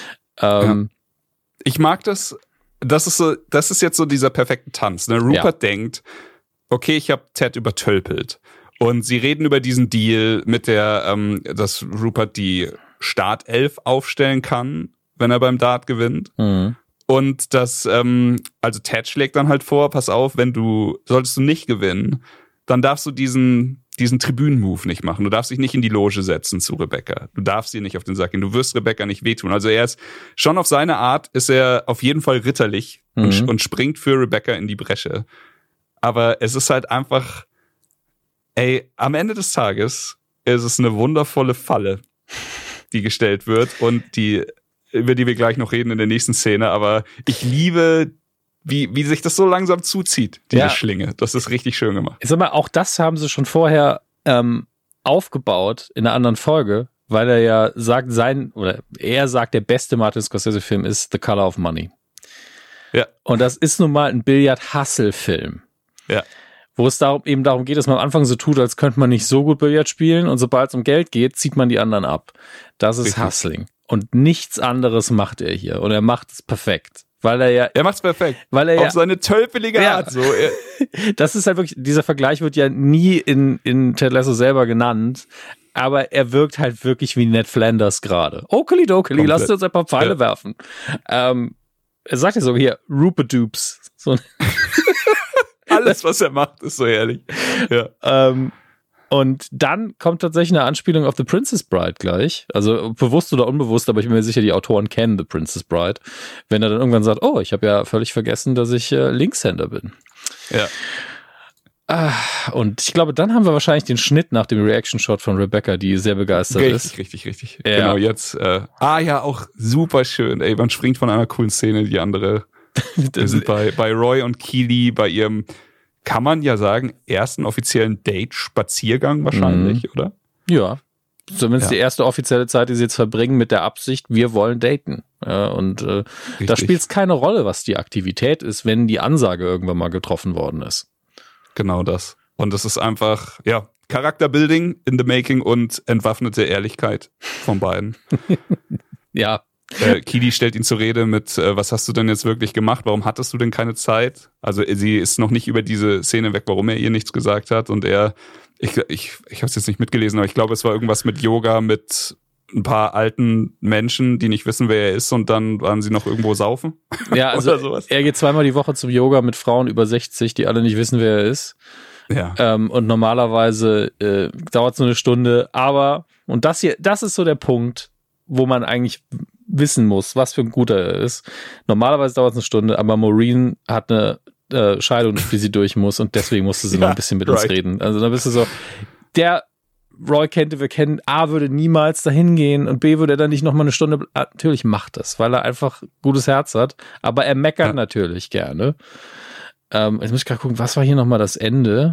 Ich mag das. Das ist jetzt so dieser perfekte Tanz. Ne? Rupert denkt, okay, ich habe Ted übertölpelt. Und sie reden über diesen Deal mit dass Rupert die Startelf aufstellen kann, wenn er beim Dart gewinnt. Und dass, also Ted schlägt dann halt vor, pass auf, solltest du nicht gewinnen, dann darfst du diesen Tribünen-Move nicht machen. Du darfst dich nicht in die Loge setzen zu Rebecca. Du darfst ihr nicht auf den Sack gehen. Du wirst Rebecca nicht wehtun. Also er ist schon auf seine Art, ist er auf jeden Fall ritterlich und springt für Rebecca in die Bresche. Aber es ist halt einfach, am Ende des Tages ist es eine wundervolle Falle, die gestellt wird und über die wir gleich noch reden in der nächsten Szene. Aber ich liebe, wie sich das so langsam zuzieht, diese Schlinge. Das ist richtig schön gemacht. Ich sag mal, auch das haben sie schon vorher aufgebaut in einer anderen Folge, weil er ja sagt, er sagt, der beste Martin Scorsese-Film ist The Color of Money. Ja. Und das ist nun mal ein Billard-Hustle-Film. Ja. Wo es darum geht, dass man am Anfang so tut, als könnte man nicht so gut Billard spielen, und sobald es um Geld geht, zieht man die anderen ab. Das ist richtig. Hustling. Und nichts anderes macht er hier. Und er macht es perfekt. Weil er macht's perfekt. Auf seine tölpelige Art. So. Das ist halt wirklich, dieser Vergleich wird ja nie in Ted Lasso selber genannt, aber er wirkt halt wirklich wie Ned Flanders gerade. Oakley-dokeli, lasst uns ein paar Pfeile werfen. Er sagt ja so hier, Rupert-Dupes. So. Alles, was er macht, ist so herrlich. Ja. Und dann kommt tatsächlich eine Anspielung auf The Princess Bride gleich. Also bewusst oder unbewusst, aber ich bin mir sicher, die Autoren kennen The Princess Bride. Wenn er dann irgendwann sagt, oh, ich habe ja völlig vergessen, dass ich Linkshänder bin. Ja. Und ich glaube, dann haben wir wahrscheinlich den Schnitt nach dem Reaction-Shot von Rebecca, die sehr begeistert ist. Richtig. Ja. Genau, jetzt. Ja, auch super schön. Ey, man springt von einer coolen Szene in die andere. Wir sind bei Roy und Keely bei ihrem, kann man ja sagen, ersten offiziellen Date-Spaziergang wahrscheinlich, oder? Ja. Zumindest die erste offizielle Zeit, die sie jetzt verbringen mit der Absicht, wir wollen daten. Ja, und da spielt es keine Rolle, was die Aktivität ist, wenn die Ansage irgendwann mal getroffen worden ist. Genau das. Und es ist einfach, Charakterbuilding in the making und entwaffnete Ehrlichkeit von beiden. Ja. Keely stellt ihn zur Rede mit, was hast du denn jetzt wirklich gemacht? Warum hattest du denn keine Zeit? Also sie ist noch nicht über diese Szene weg, warum er ihr nichts gesagt hat. Und er, ich habe es jetzt nicht mitgelesen, aber ich glaube, es war irgendwas mit Yoga, mit ein paar alten Menschen, die nicht wissen, wer er ist, und dann waren sie noch irgendwo saufen. Ja, also er geht zweimal die Woche zum Yoga mit Frauen über 60, die alle nicht wissen, wer er ist. Ja. Und normalerweise dauert es nur eine Stunde, aber, und das ist so der Punkt, wo man eigentlich wissen muss, was für ein guter er ist. Normalerweise dauert es eine Stunde, aber Maureen hat eine Scheidung, die sie durch muss, und deswegen musste sie noch ein bisschen mit uns reden. Also dann bist du so, der Roy wir kennen, A, würde niemals dahin gehen, und B, würde er dann nicht nochmal eine Stunde, natürlich macht das, weil er einfach gutes Herz hat, aber er meckert natürlich gerne. Jetzt muss ich gerade gucken, was war hier nochmal das Ende?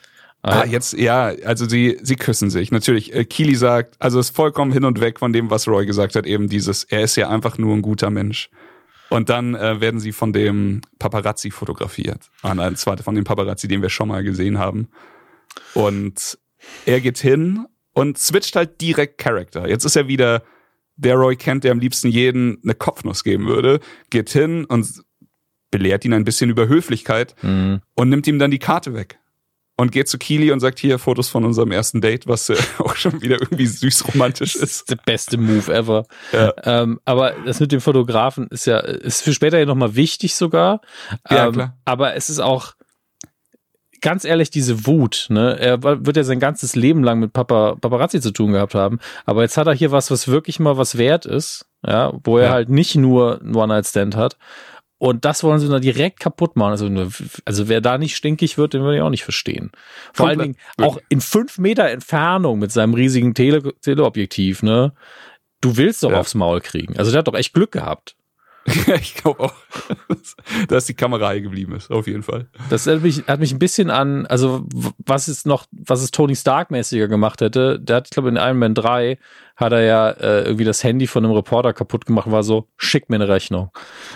Also sie küssen sich. Natürlich, Keely sagt, also ist vollkommen hin und weg von dem, was Roy gesagt hat, eben dieses, er ist ja einfach nur ein guter Mensch. Und dann werden sie von dem Paparazzi fotografiert. Von dem Paparazzi, den wir schon mal gesehen haben. Und er geht hin und switcht halt direkt Charakter. Jetzt ist er wieder der Roy Kent, der am liebsten jeden eine Kopfnuss geben würde. Geht hin und belehrt ihn ein bisschen über Höflichkeit und nimmt ihm dann die Karte weg. Und geht zu Keely und sagt, hier, Fotos von unserem ersten Date, was auch schon wieder irgendwie süß romantisch ist. Der beste Move ever. Ja. Aber das mit dem Fotografen ist für später ja nochmal wichtig sogar. Ja, klar. Aber es ist auch, ganz ehrlich, diese Wut, ne? Er wird ja sein ganzes Leben lang mit Paparazzi zu tun gehabt haben. Aber jetzt hat er hier was wirklich mal was wert ist, ja, wo er halt nicht nur einen One-Night-Stand hat. Und das wollen sie dann direkt kaputt machen. Also wer da nicht stinkig wird, den würde ich auch nicht verstehen. Vor allen Dingen auch in 5 Meter Entfernung mit seinem riesigen Teleobjektiv, ne? Du willst doch aufs Maul kriegen. Also der hat doch echt Glück gehabt. Ich glaube auch, dass die Kamera hier geblieben ist, auf jeden Fall. Das hat mich ein bisschen an, also was es Tony Stark-mäßiger gemacht hätte, der hat, ich glaube, in Iron Man 3 hat er ja irgendwie das Handy von einem Reporter kaputt gemacht und war so, schick mir eine Rechnung.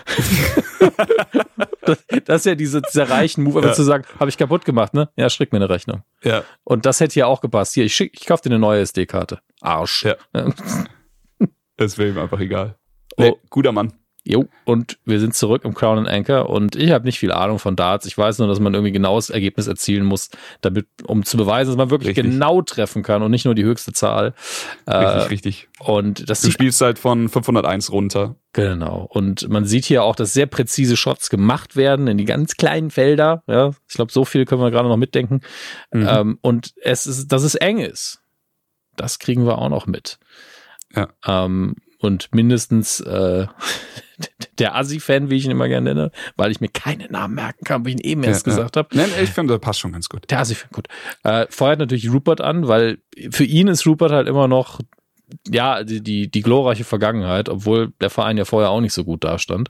Das ist ja dieser reichen Move, einfach zu sagen, habe ich kaputt gemacht, ne? Ja, schick mir eine Rechnung. Ja. Und das hätte hier auch gepasst. Hier, ich kaufe dir eine neue SD-Karte. Arsch. Ja. Das wäre ihm einfach egal. Nee, guter Mann. Jo, und wir sind zurück im Crown and Anchor, und ich habe nicht viel Ahnung von Darts. Ich weiß nur, dass man irgendwie genaues Ergebnis erzielen muss, um zu beweisen, dass man wirklich genau treffen kann und nicht nur die höchste Zahl. Richtig. Und du spielst halt von 501 runter. Genau. Und man sieht hier auch, dass sehr präzise Shots gemacht werden in die ganz kleinen Felder. Ja, ich glaube, so viel können wir gerade noch mitdenken. Und dass es eng ist, das kriegen wir auch noch mit. Ja. Und mindestens der Assi-Fan, wie ich ihn immer gerne nenne, weil ich mir keine Namen merken kann, wie ich ihn eben erst gesagt habe. Nein, ich finde, das passt schon ganz gut. Der Assi-Fan, gut. Feuert natürlich Rupert an, weil für ihn ist Rupert halt immer noch die glorreiche Vergangenheit, obwohl der Verein ja vorher auch nicht so gut dastand.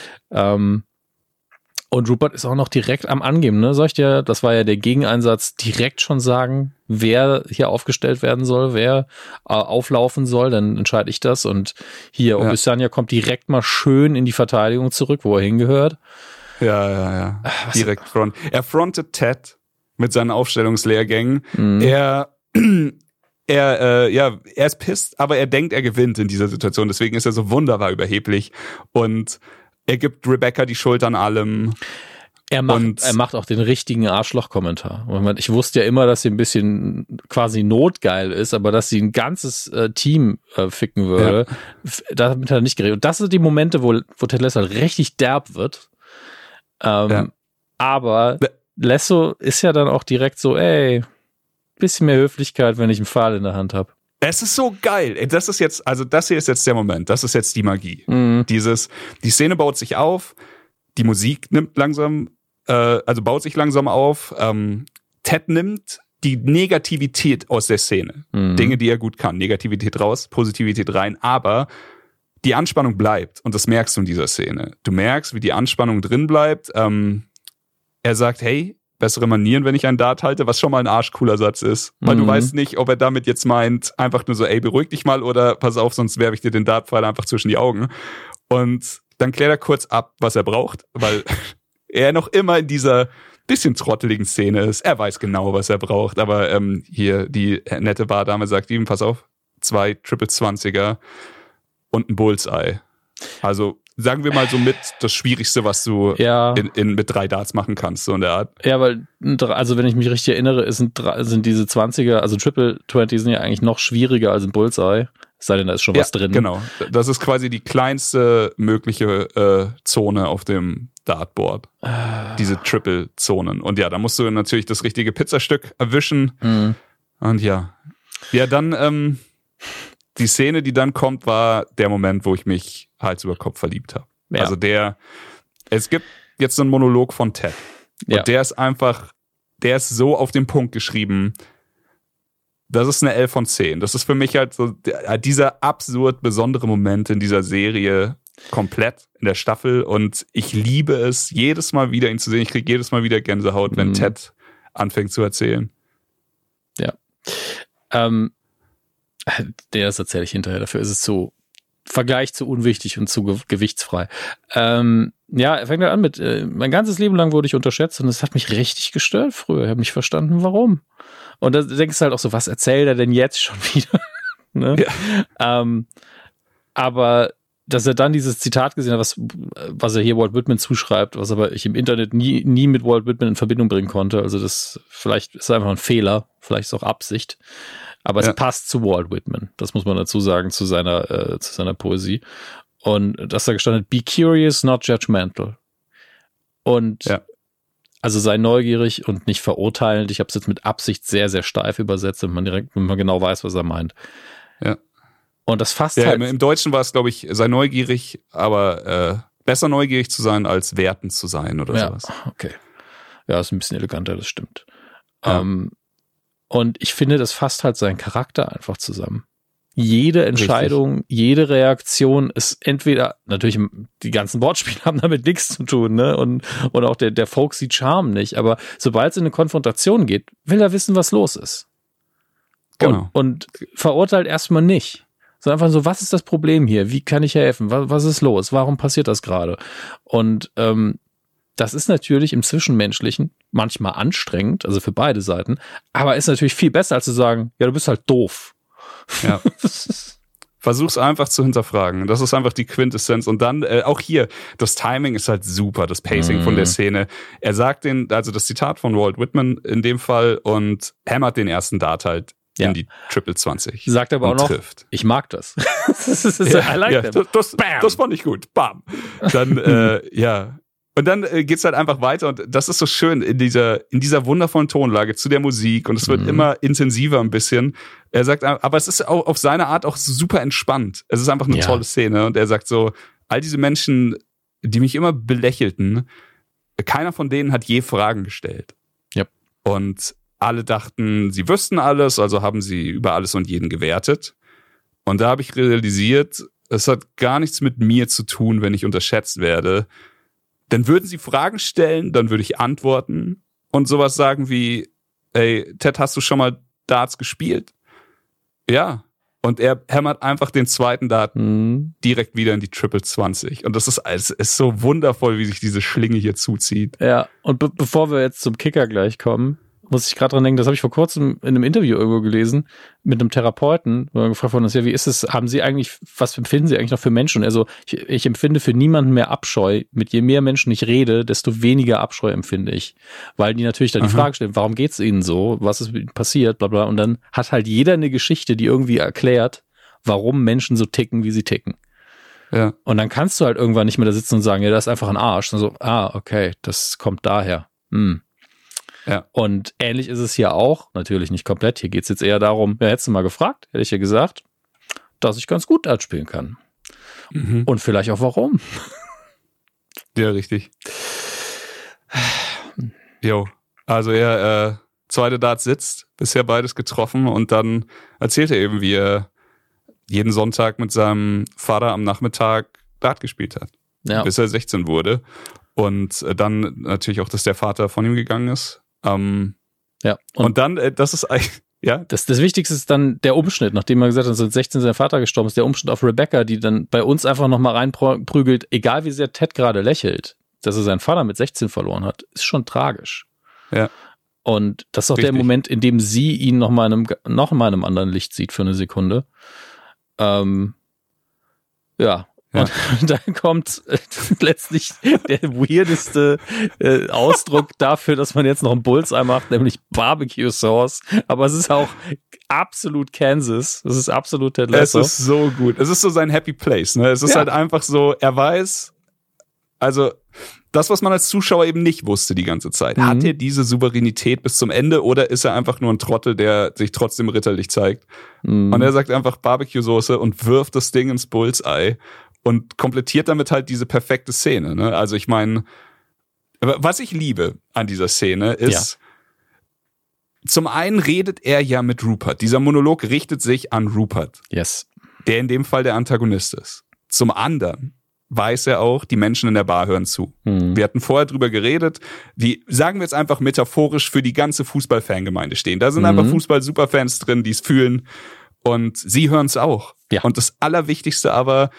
Und Rupert ist auch noch direkt am Angeben, ne? Soll ich dir, das war ja der Gegeneinsatz, direkt schon sagen, wer hier aufgestellt werden soll, wer auflaufen soll, dann entscheide ich das. Und hier, Obisanya kommt direkt mal schön in die Verteidigung zurück, wo er hingehört. Ja. Direkt front. Er frontet Ted mit seinen Aufstellungslehrgängen. Er ist pisst, aber er denkt, er gewinnt in dieser Situation. Deswegen ist er so wunderbar überheblich. Und er gibt Rebecca die Schuld an allem. Er macht auch den richtigen Arschloch-Kommentar. Ich wusste ja immer, dass sie ein bisschen quasi notgeil ist, aber dass sie ein ganzes Team ficken würde, damit hat er nicht geredet. Und das sind die Momente, wo Ted Lasso halt richtig derb wird. Aber Lasso ist ja dann auch direkt so, bisschen mehr Höflichkeit, wenn ich einen Pfahl in der Hand habe. Es ist so geil. Das hier ist jetzt der Moment. Das ist jetzt die Magie. Die Szene baut sich auf, die Musik nimmt langsam, baut sich langsam auf. Ted nimmt die Negativität aus der Szene. Dinge, die er gut kann. Negativität raus, Positivität rein, aber die Anspannung bleibt und das merkst du in dieser Szene. Du merkst, wie die Anspannung drin bleibt. Er sagt, hey, bessere Manieren, wenn ich einen Dart halte, was schon mal ein arschcooler Satz ist. Weil du weißt nicht, ob er damit jetzt meint, einfach nur so, ey, beruhig dich mal oder pass auf, sonst werfe ich dir den Dartpfeil einfach zwischen die Augen. Und dann klärt er kurz ab, was er braucht, weil er noch immer in dieser bisschen trotteligen Szene ist. Er weiß genau, was er braucht, aber hier die nette Bardame sagt ihm, pass auf, 2 Triple-20er und ein Bullseye. Also sagen wir mal so mit das Schwierigste, was du mit 3 Darts machen kannst, so in der Art. Ja, weil, also wenn ich mich richtig erinnere, sind diese 20er, also Triple 20 sind ja eigentlich noch schwieriger als ein Bullseye. Es sei denn, da ist schon was drin. Genau. Das ist quasi die kleinste mögliche Zone auf dem Dartboard. Diese Triple-Zonen. Und ja, da musst du natürlich das richtige Pizzastück erwischen. Und ja. Ja, dann die Szene, die dann kommt, war der Moment, wo ich mich Hals über Kopf verliebt habe. Ja. Also es gibt jetzt so einen Monolog von Ted. Und der ist so auf den Punkt geschrieben. Das ist eine 11 von 10. Das ist für mich halt so dieser absurd besondere Moment in dieser Serie komplett in der Staffel. Und ich liebe es, jedes Mal wieder ihn zu sehen. Ich kriege jedes Mal wieder Gänsehaut, wenn Ted anfängt zu erzählen. Ja. Das erzähle ich hinterher. Dafür ist es Vergleich zu unwichtig und zu gewichtsfrei. Er fängt an mit, mein ganzes Leben lang wurde ich unterschätzt und es hat mich richtig gestört früher. Ich habe nicht verstanden, warum. Und da denkst du halt auch so, was erzählt er denn jetzt schon wieder? Ne? Ja. Aber dass er dann dieses Zitat gesehen hat, was er hier Walt Whitman zuschreibt, was aber ich im Internet nie mit Walt Whitman in Verbindung bringen konnte. Also vielleicht ist es einfach ein Fehler, vielleicht ist es auch Absicht. Aber es passt zu Walt Whitman. Das muss man dazu sagen, zu seiner Poesie. Und dass da gestanden hat, be curious, not judgmental. Und also sei neugierig und nicht verurteilend. Ich habe es jetzt mit Absicht sehr, sehr steif übersetzt, wenn man genau weiß, was er meint. Ja. Und das fasst halt. Im Deutschen war es, glaube ich, sei neugierig, aber besser neugierig zu sein, als wertend zu sein oder sowas. Okay. Ja, ist ein bisschen eleganter, das stimmt. Ja. Und ich finde, das fasst halt seinen Charakter einfach zusammen. Jede Entscheidung, jede Reaktion ist entweder, natürlich die ganzen Wortspiele haben damit nichts zu tun, ne? Und auch der folksy Charme nicht. Aber sobald es in eine Konfrontation geht, will er wissen, was los ist. Genau. Und verurteilt erstmal nicht. Sondern einfach so, was ist das Problem hier? Wie kann ich helfen? Was ist los? Warum passiert das gerade? Und das ist natürlich im Zwischenmenschlichen manchmal anstrengend, also für beide Seiten, aber ist natürlich viel besser, als zu sagen, ja, du bist halt doof. Ja. Versuch's einfach zu hinterfragen. Das ist einfach die Quintessenz. Und dann, auch hier, das Timing ist halt super, das Pacing von der Szene. Er sagt also das Zitat von Walt Whitman in dem Fall und hämmert den ersten Dart halt in die Triple 20. Sagt aber auch noch, trifft. Ich mag das. I like that. Das fand ich gut. Bam. Dann, Und dann geht's halt einfach weiter und das ist so schön in dieser wundervollen Tonlage zu der Musik und es wird immer intensiver ein bisschen. Er sagt, aber es ist auch auf seine Art auch super entspannt. Es ist einfach eine tolle Szene und er sagt so, all diese Menschen, die mich immer belächelten, keiner von denen hat je Fragen gestellt. Yep. Und alle dachten, sie wüssten alles, also haben sie über alles und jeden gewertet. Und da habe ich realisiert, es hat gar nichts mit mir zu tun, wenn ich unterschätzt werde. Dann würden sie Fragen stellen, dann würde ich antworten und sowas sagen wie, ey, Ted, hast du schon mal Darts gespielt? Ja. Und er hämmert einfach den zweiten Dart direkt wieder in die Triple 20. Und es ist so wundervoll, wie sich diese Schlinge hier zuzieht. Ja, und bevor wir jetzt zum Kicker gleich kommen, muss ich gerade dran denken, das habe ich vor kurzem in einem Interview irgendwo gelesen, mit einem Therapeuten, wo er gefragt worden ist, ja, wie ist es, was empfinden Sie eigentlich noch für Menschen? Also ich empfinde für niemanden mehr Abscheu. Mit je mehr Menschen ich rede, desto weniger Abscheu empfinde ich. Weil die natürlich dann die Frage stellen, warum geht's Ihnen so? Was ist passiert? Bla bla. Und dann hat halt jeder eine Geschichte, die irgendwie erklärt, warum Menschen so ticken, wie sie ticken. Ja. Und dann kannst du halt irgendwann nicht mehr da sitzen und sagen, ja, das ist einfach ein Arsch. Und so, okay, das kommt daher. Ja. Und ähnlich ist es hier auch, natürlich nicht komplett. Hier geht es jetzt eher darum, hättest du mal gefragt, hätte ich ja gesagt, dass ich ganz gut Dart spielen kann. Und vielleicht auch warum. Ja, richtig. Jo, also zweite Dart sitzt, bisher beides getroffen und dann erzählt er eben, wie er jeden Sonntag mit seinem Vater am Nachmittag Dart gespielt hat, bis er 16 wurde. Und dann natürlich auch, dass der Vater von ihm gegangen ist. Und dann, das ist eigentlich, ja. Das Wichtigste ist dann der Umschnitt, nachdem er gesagt hat, dass mit 16 sein Vater gestorben ist, der Umschnitt auf Rebecca, die dann bei uns einfach nochmal reinprügelt, egal wie sehr Ted gerade lächelt, dass er seinen Vater mit 16 verloren hat, ist schon tragisch. Ja. Und das ist auch der Moment, in dem sie ihn noch mal in einem anderen Licht sieht für eine Sekunde. Und dann kommt letztlich der weirdeste Ausdruck dafür, dass man jetzt noch einen Bullseye macht, nämlich Barbecue Sauce. Aber es ist auch absolut Kansas. Es ist absolut Ted Lasso. Es ist so gut. Es ist so sein Happy Place. Ne? Es ist halt einfach so, er weiß, also das, was man als Zuschauer eben nicht wusste die ganze Zeit. Hat er diese Souveränität bis zum Ende oder ist er einfach nur ein Trottel, der sich trotzdem ritterlich zeigt? Und er sagt einfach Barbecue-Soße und wirft das Ding ins Bullseye und komplettiert damit halt diese perfekte Szene. Ne? Also ich meine, was ich liebe an dieser Szene ist, zum einen redet er ja mit Rupert. Dieser Monolog richtet sich an Rupert. Yes. Der in dem Fall der Antagonist ist. Zum anderen weiß er auch, die Menschen in der Bar hören zu. Wir hatten vorher drüber geredet, die, sagen wir jetzt einfach metaphorisch, für die ganze Fußballfangemeinde stehen. Da sind einfach Fußball-Superfans drin, die es fühlen und sie hören es auch. Ja. Und das Allerwichtigste aber,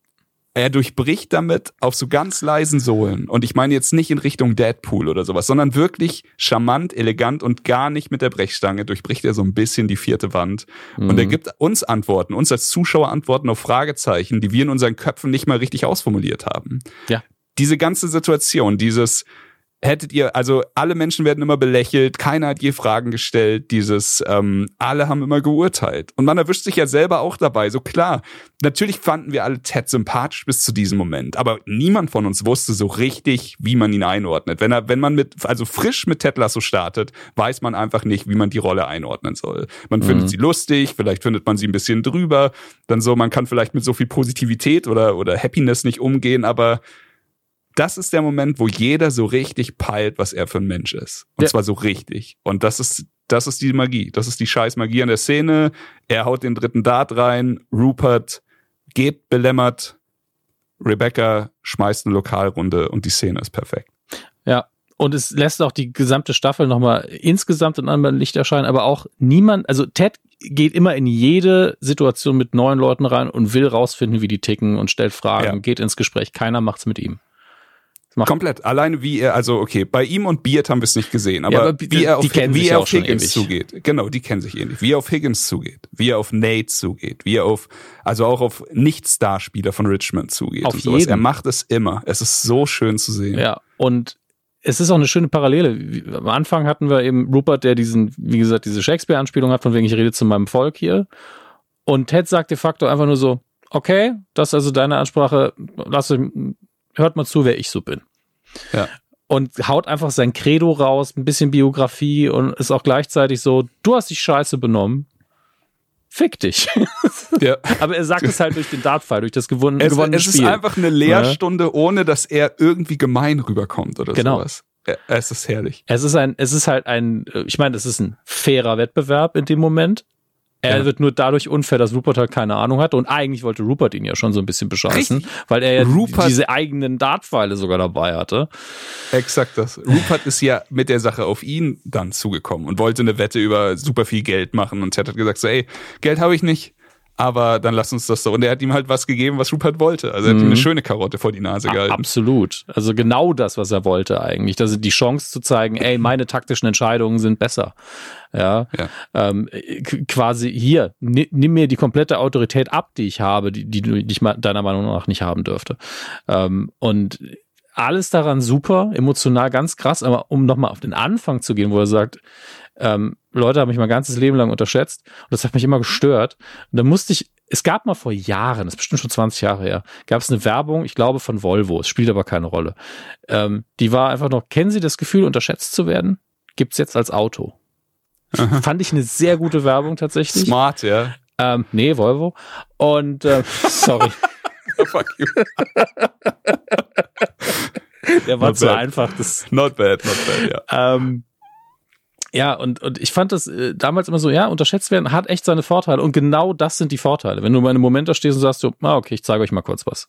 er durchbricht damit auf so ganz leisen Sohlen. Und ich meine jetzt nicht in Richtung Deadpool oder sowas, sondern wirklich charmant, elegant und gar nicht mit der Brechstange durchbricht er so ein bisschen die vierte Wand. Und er gibt uns Antworten, uns als Zuschauer Antworten auf Fragezeichen, die wir in unseren Köpfen nicht mal richtig ausformuliert haben. Ja. Diese ganze Situation, dieses hättet ihr, also alle Menschen werden immer belächelt, keiner hat je Fragen gestellt, alle haben immer geurteilt. Und man erwischt sich ja selber auch dabei, so klar, natürlich fanden wir alle Ted sympathisch bis zu diesem Moment, aber niemand von uns wusste so richtig, wie man ihn einordnet. Wenn man frisch mit Ted Lasso startet, weiß man einfach nicht, wie man die Rolle einordnen soll. Man findet sie lustig, vielleicht findet man sie ein bisschen drüber, dann so, man kann vielleicht mit so viel Positivität oder Happiness nicht umgehen, aber das ist der Moment, wo jeder so richtig peilt, was er für ein Mensch ist. Und zwar so richtig. Und das ist die Magie. Das ist die scheiß Magie an der Szene. Er haut den dritten Dart rein. Rupert geht belämmert. Rebecca schmeißt eine Lokalrunde und die Szene ist perfekt. Ja. Und es lässt auch die gesamte Staffel nochmal insgesamt in einem Licht erscheinen. Aber auch niemand, also Ted geht immer in jede Situation mit neuen Leuten rein und will rausfinden, wie die ticken und stellt Fragen, geht ins Gespräch. Keiner macht's mit ihm. Komplett. Alleine wie er, also okay, bei ihm und Beard haben wir es nicht gesehen, aber wie er auf Higgins zugeht. Genau, die kennen sich ähnlich. Wie er auf Higgins zugeht, wie er auf Nate zugeht, wie er also auch auf Nicht-Star-Spieler von Richmond zugeht. Auf und sowas. jeden. Er macht es immer. Es ist so schön zu sehen. Ja, und es ist auch eine schöne Parallele. Am Anfang hatten wir eben Rupert, der diese Shakespeare-Anspielung hat, von wegen ich rede zu meinem Volk hier. Und Ted sagt de facto einfach nur so, okay, das ist also deine Ansprache, hört mal zu, wer ich so bin. Ja. Und haut einfach sein Credo raus, ein bisschen Biografie und ist auch gleichzeitig so, du hast dich scheiße benommen. Fick dich. Ja. Aber er sagt es halt durch den Dartfall, durch das gewonnene Spiel. Es ist einfach eine Lehrstunde, ohne dass er irgendwie gemein rüberkommt oder sowas. Es ist herrlich. Es ist ein fairer Wettbewerb in dem Moment. Er wird nur dadurch unfair, dass Rupert halt keine Ahnung hatte und eigentlich wollte Rupert ihn ja schon so ein bisschen bescheißen, richtig, weil er ja diese eigenen Dartpfeile sogar dabei hatte. Exakt das. Rupert ist ja mit der Sache auf ihn dann zugekommen und wollte eine Wette über super viel Geld machen und Ted hat gesagt so, ey, Geld habe ich nicht, aber dann lass uns das so. Und er hat ihm halt was gegeben, was Rupert wollte. Also er hat ihm eine schöne Karotte vor die Nase gehalten. Absolut. Also genau das, was er wollte eigentlich. Das ist die Chance zu zeigen, ey, meine taktischen Entscheidungen sind besser. Ja. Quasi hier, nimm mir die komplette Autorität ab, die ich habe, die ich deiner Meinung nach nicht haben dürfte. Und alles daran super, emotional ganz krass, aber um nochmal auf den Anfang zu gehen, wo er sagt, Leute haben mich mein ganzes Leben lang unterschätzt und das hat mich immer gestört. Und da es gab mal vor Jahren, das ist bestimmt schon 20 Jahre her, gab es eine Werbung, ich glaube von Volvo, es spielt aber keine Rolle. Die war einfach noch, kennen Sie das Gefühl, unterschätzt zu werden? Gibt's jetzt als Auto. Fand ich eine sehr gute Werbung tatsächlich. Smart, ja. Nee, Volvo. Und, sorry. Fuck you. Der war zu einfach. Not bad, ja. Ja, und ich fand das damals immer so, ja, unterschätzt werden hat echt seine Vorteile. Und genau das sind die Vorteile. Wenn du bei einem Moment da stehst und sagst, okay, ich zeige euch mal kurz was.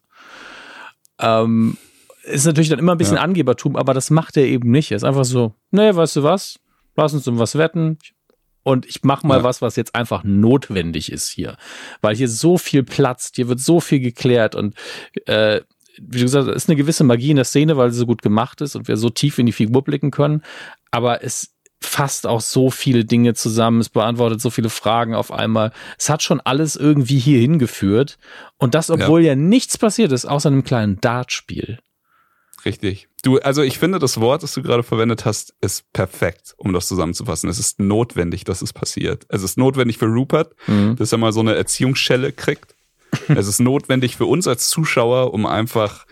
Ist natürlich dann immer ein bisschen Angebertum, aber das macht er eben nicht. Er ist einfach so, nee, weißt du was? Lass uns um was wetten. Und ich mach mal was jetzt einfach notwendig ist hier. Weil hier so viel platzt, hier wird so viel geklärt und wie du gesagt hast, ist eine gewisse Magie in der Szene, weil sie so gut gemacht ist und wir so tief in die Figur blicken können. Aber es fasst auch so viele Dinge zusammen, es beantwortet so viele Fragen auf einmal. Es hat schon alles irgendwie hier hingeführt. Und das, obwohl ja nichts passiert ist, außer einem kleinen Dartspiel. Richtig. Also ich finde, das Wort, das du gerade verwendet hast, ist perfekt, um das zusammenzufassen. Es ist notwendig, dass es passiert. Es ist notwendig für Rupert, dass er mal so eine Erziehungsschelle kriegt. Es ist notwendig für uns als Zuschauer, um einfach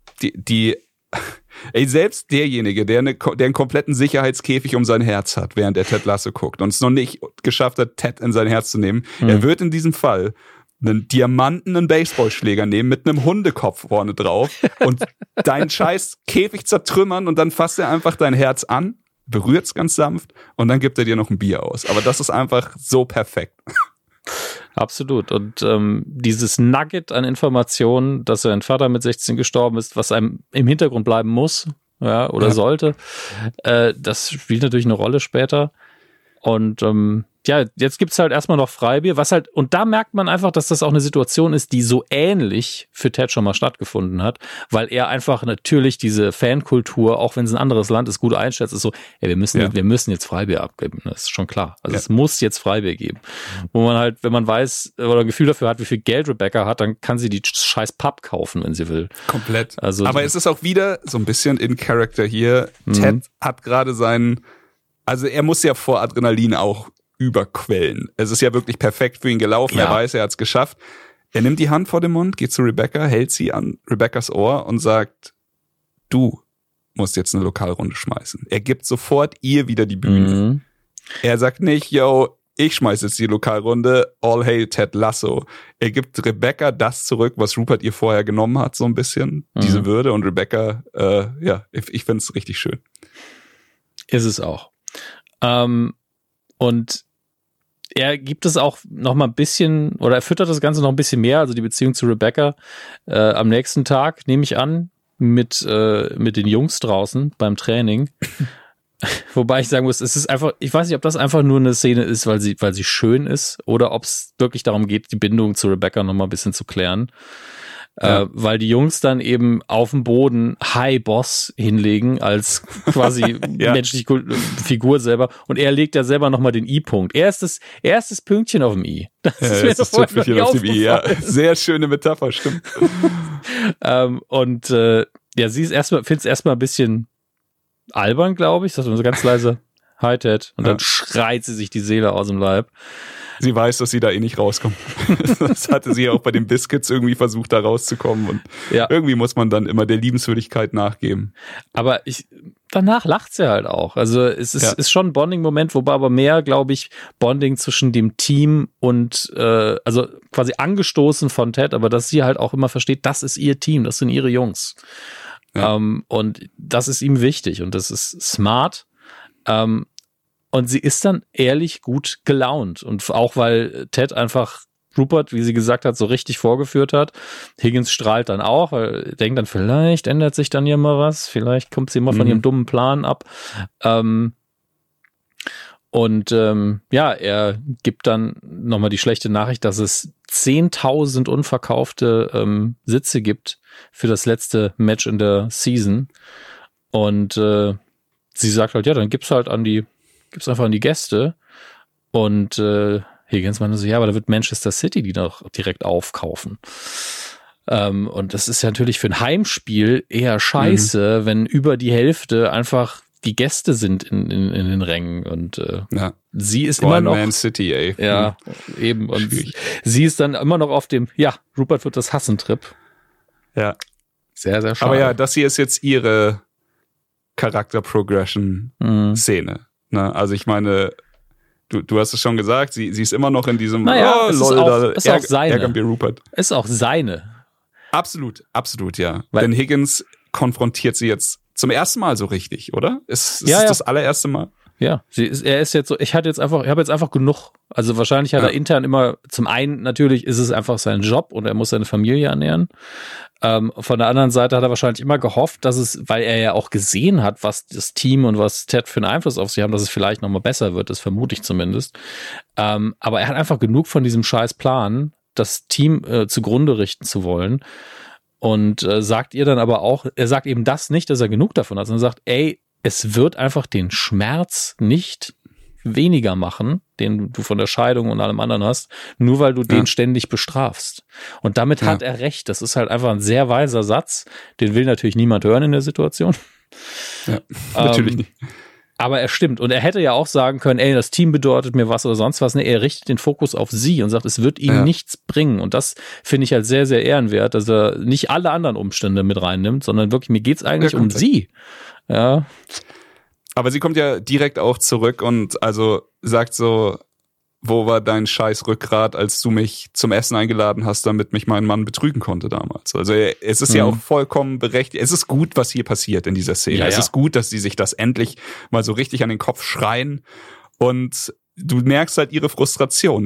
selbst derjenige, der einen kompletten Sicherheitskäfig um sein Herz hat, während er Ted Lasso guckt und es noch nicht geschafft hat, Ted in sein Herz zu nehmen, er wird in diesem Fall einen diamantenen Baseballschläger nehmen mit einem Hundekopf vorne drauf und deinen scheiß Käfig zertrümmern und dann fasst er einfach dein Herz an, berührt's ganz sanft und dann gibt er dir noch ein Bier aus. Aber das ist einfach so perfekt. Absolut. Und dieses Nugget an Informationen, dass sein Vater mit 16 gestorben ist, was einem im Hintergrund bleiben muss, oder sollte, das spielt natürlich eine Rolle später. Und jetzt gibt's halt erstmal noch Freibier, und da merkt man einfach, dass das auch eine Situation ist, die so ähnlich für Ted schon mal stattgefunden hat, weil er einfach natürlich diese Fankultur, auch wenn es ein anderes Land ist, gut einschätzt, ist so, wir müssen jetzt Freibier abgeben, das ist schon klar. Also es muss jetzt Freibier geben. Wo man halt, wenn man weiß oder ein Gefühl dafür hat, wie viel Geld Rebecca hat, dann kann sie die scheiß Pub kaufen, wenn sie will. Komplett. Aber es ist auch wieder so ein bisschen in Character hier. Ted hat gerade er muss ja vor Adrenalin auch überquellen. Es ist ja wirklich perfekt für ihn gelaufen. Ja. Er weiß, er hat es geschafft. Er nimmt die Hand vor den Mund, geht zu Rebecca, hält sie an Rebeccas Ohr und sagt, du musst jetzt eine Lokalrunde schmeißen. Er gibt sofort ihr wieder die Bühne. Er sagt nicht, ich schmeiß jetzt die Lokalrunde, all hail Ted Lasso. Er gibt Rebecca das zurück, was Rupert ihr vorher genommen hat, so ein bisschen, diese Würde. Und Rebecca, ich finde es richtig schön. Ist es auch. Und er gibt es auch noch mal ein bisschen, oder er füttert das Ganze noch ein bisschen mehr, also die Beziehung zu Rebecca am nächsten Tag, nehme ich an, mit den Jungs draußen beim Training. Wobei ich sagen muss, es ist einfach, ich weiß nicht, ob das einfach nur eine Szene ist, weil sie schön ist, oder ob es wirklich darum geht, die Bindung zu Rebecca noch mal ein bisschen zu klären. Weil die Jungs dann eben auf dem Boden Hi Boss hinlegen als quasi menschliche Figur selber, und er legt ja selber nochmal den I-Punkt. Er ist das Pünktchen auf dem I. Das ist das Tüpfelchen auf dem I, ja. Sehr schöne Metapher, stimmt. Sie findet es erstmal ein bisschen albern, glaube ich. Sagt man so ganz leise Hi Ted, und dann schreit sie sich die Seele aus dem Leib. Sie weiß, dass sie da nicht rauskommt. Das hatte sie auch bei den Biscuits irgendwie versucht, da rauszukommen. Und irgendwie muss man dann immer der Liebenswürdigkeit nachgeben. Aber danach lacht sie halt auch. Also es ist schon ein Bonding-Moment, wobei aber mehr, glaube ich, Bonding zwischen dem Team und also quasi angestoßen von Ted, aber dass sie halt auch immer versteht, das ist ihr Team, das sind ihre Jungs. Ja. Und das ist ihm wichtig und das ist smart. Und sie ist dann ehrlich gut gelaunt. Und auch weil Ted einfach Rupert, wie sie gesagt hat, so richtig vorgeführt hat. Higgins strahlt dann auch, weil er denkt dann, vielleicht ändert sich dann ja mal was. Vielleicht kommt sie mal von ihrem dummen Plan ab. Er gibt dann nochmal die schlechte Nachricht, dass es 10.000 unverkaufte Sitze gibt für das letzte Match in der Season. Und sie sagt halt, dann gib's einfach an die Gäste. Und Higgins meinte so, aber da wird Manchester City die noch direkt aufkaufen. Und das ist ja natürlich für ein Heimspiel eher scheiße, wenn über die Hälfte einfach die Gäste sind in den Rängen. Und sie ist immer noch Man City, ey. Ja, eben. Und sie ist dann immer noch auf dem, Rupert wird das Hassen-Trip. Ja. Sehr, sehr schade. Aber das hier ist jetzt ihre Charakter-Progression-Szene. Ne? Also ich meine, du hast es schon gesagt, sie ist immer noch in diesem ärgern wir Rupert. Ist auch seine. Absolut, ja. Denn Higgins konfrontiert sie jetzt zum ersten Mal so richtig, oder? Ist das allererste Mal? Ja, er ist jetzt so, ich habe jetzt einfach genug. Also wahrscheinlich hat er intern immer, zum einen natürlich ist es einfach sein Job und er muss seine Familie ernähren. Von der anderen Seite hat er wahrscheinlich immer gehofft, dass es, weil er ja auch gesehen hat, was das Team und was Ted für einen Einfluss auf sie haben, dass es vielleicht nochmal besser wird, das vermute ich zumindest. Aber er hat einfach genug von diesem scheiß Plan, das Team zugrunde richten zu wollen. Und sagt ihr dann aber auch, er sagt eben das nicht, dass er genug davon hat, sondern sagt, ey, es wird einfach den Schmerz nicht weniger machen, den du von der Scheidung und allem anderen hast, nur weil du den ständig bestrafst. Und damit hat er recht. Das ist halt einfach ein sehr weiser Satz. Den will natürlich niemand hören in der Situation. Ja, natürlich nicht. Aber er stimmt. Und er hätte ja auch sagen können, ey, das Team bedeutet mir was oder sonst was. Nee, er richtet den Fokus auf sie und sagt, es wird ihm nichts bringen. Und das finde ich halt sehr, sehr ehrenwert, dass er nicht alle anderen Umstände mit reinnimmt, sondern wirklich, mir geht's eigentlich um sie. Ja. Aber sie kommt ja direkt auch zurück und also sagt so, wo war dein scheiß Rückgrat, als du mich zum Essen eingeladen hast, damit mich mein Mann betrügen konnte damals. Also es ist ja auch vollkommen berechtigt. Es ist gut, was hier passiert in dieser Szene. Es ist gut, dass sie sich das endlich mal so richtig an den Kopf schreien und du merkst halt ihre Frustration,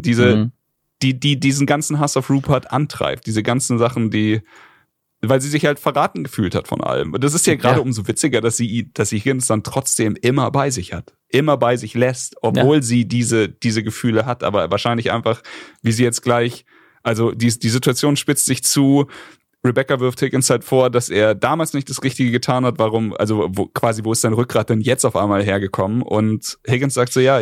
die diesen ganzen Hass auf Rupert antreibt, diese ganzen Sachen, weil sie sich halt verraten gefühlt hat von allem. Und das ist ja gerade umso witziger, dass sie Higgins dann trotzdem immer bei sich hat. Immer bei sich lässt, obwohl sie diese Gefühle hat. Aber wahrscheinlich einfach, wie sie jetzt gleich, also die Situation spitzt sich zu. Rebecca wirft Higgins halt vor, dass er damals nicht das Richtige getan hat. Warum, also wo ist sein Rückgrat denn jetzt auf einmal hergekommen? Und Higgins sagt so, ja,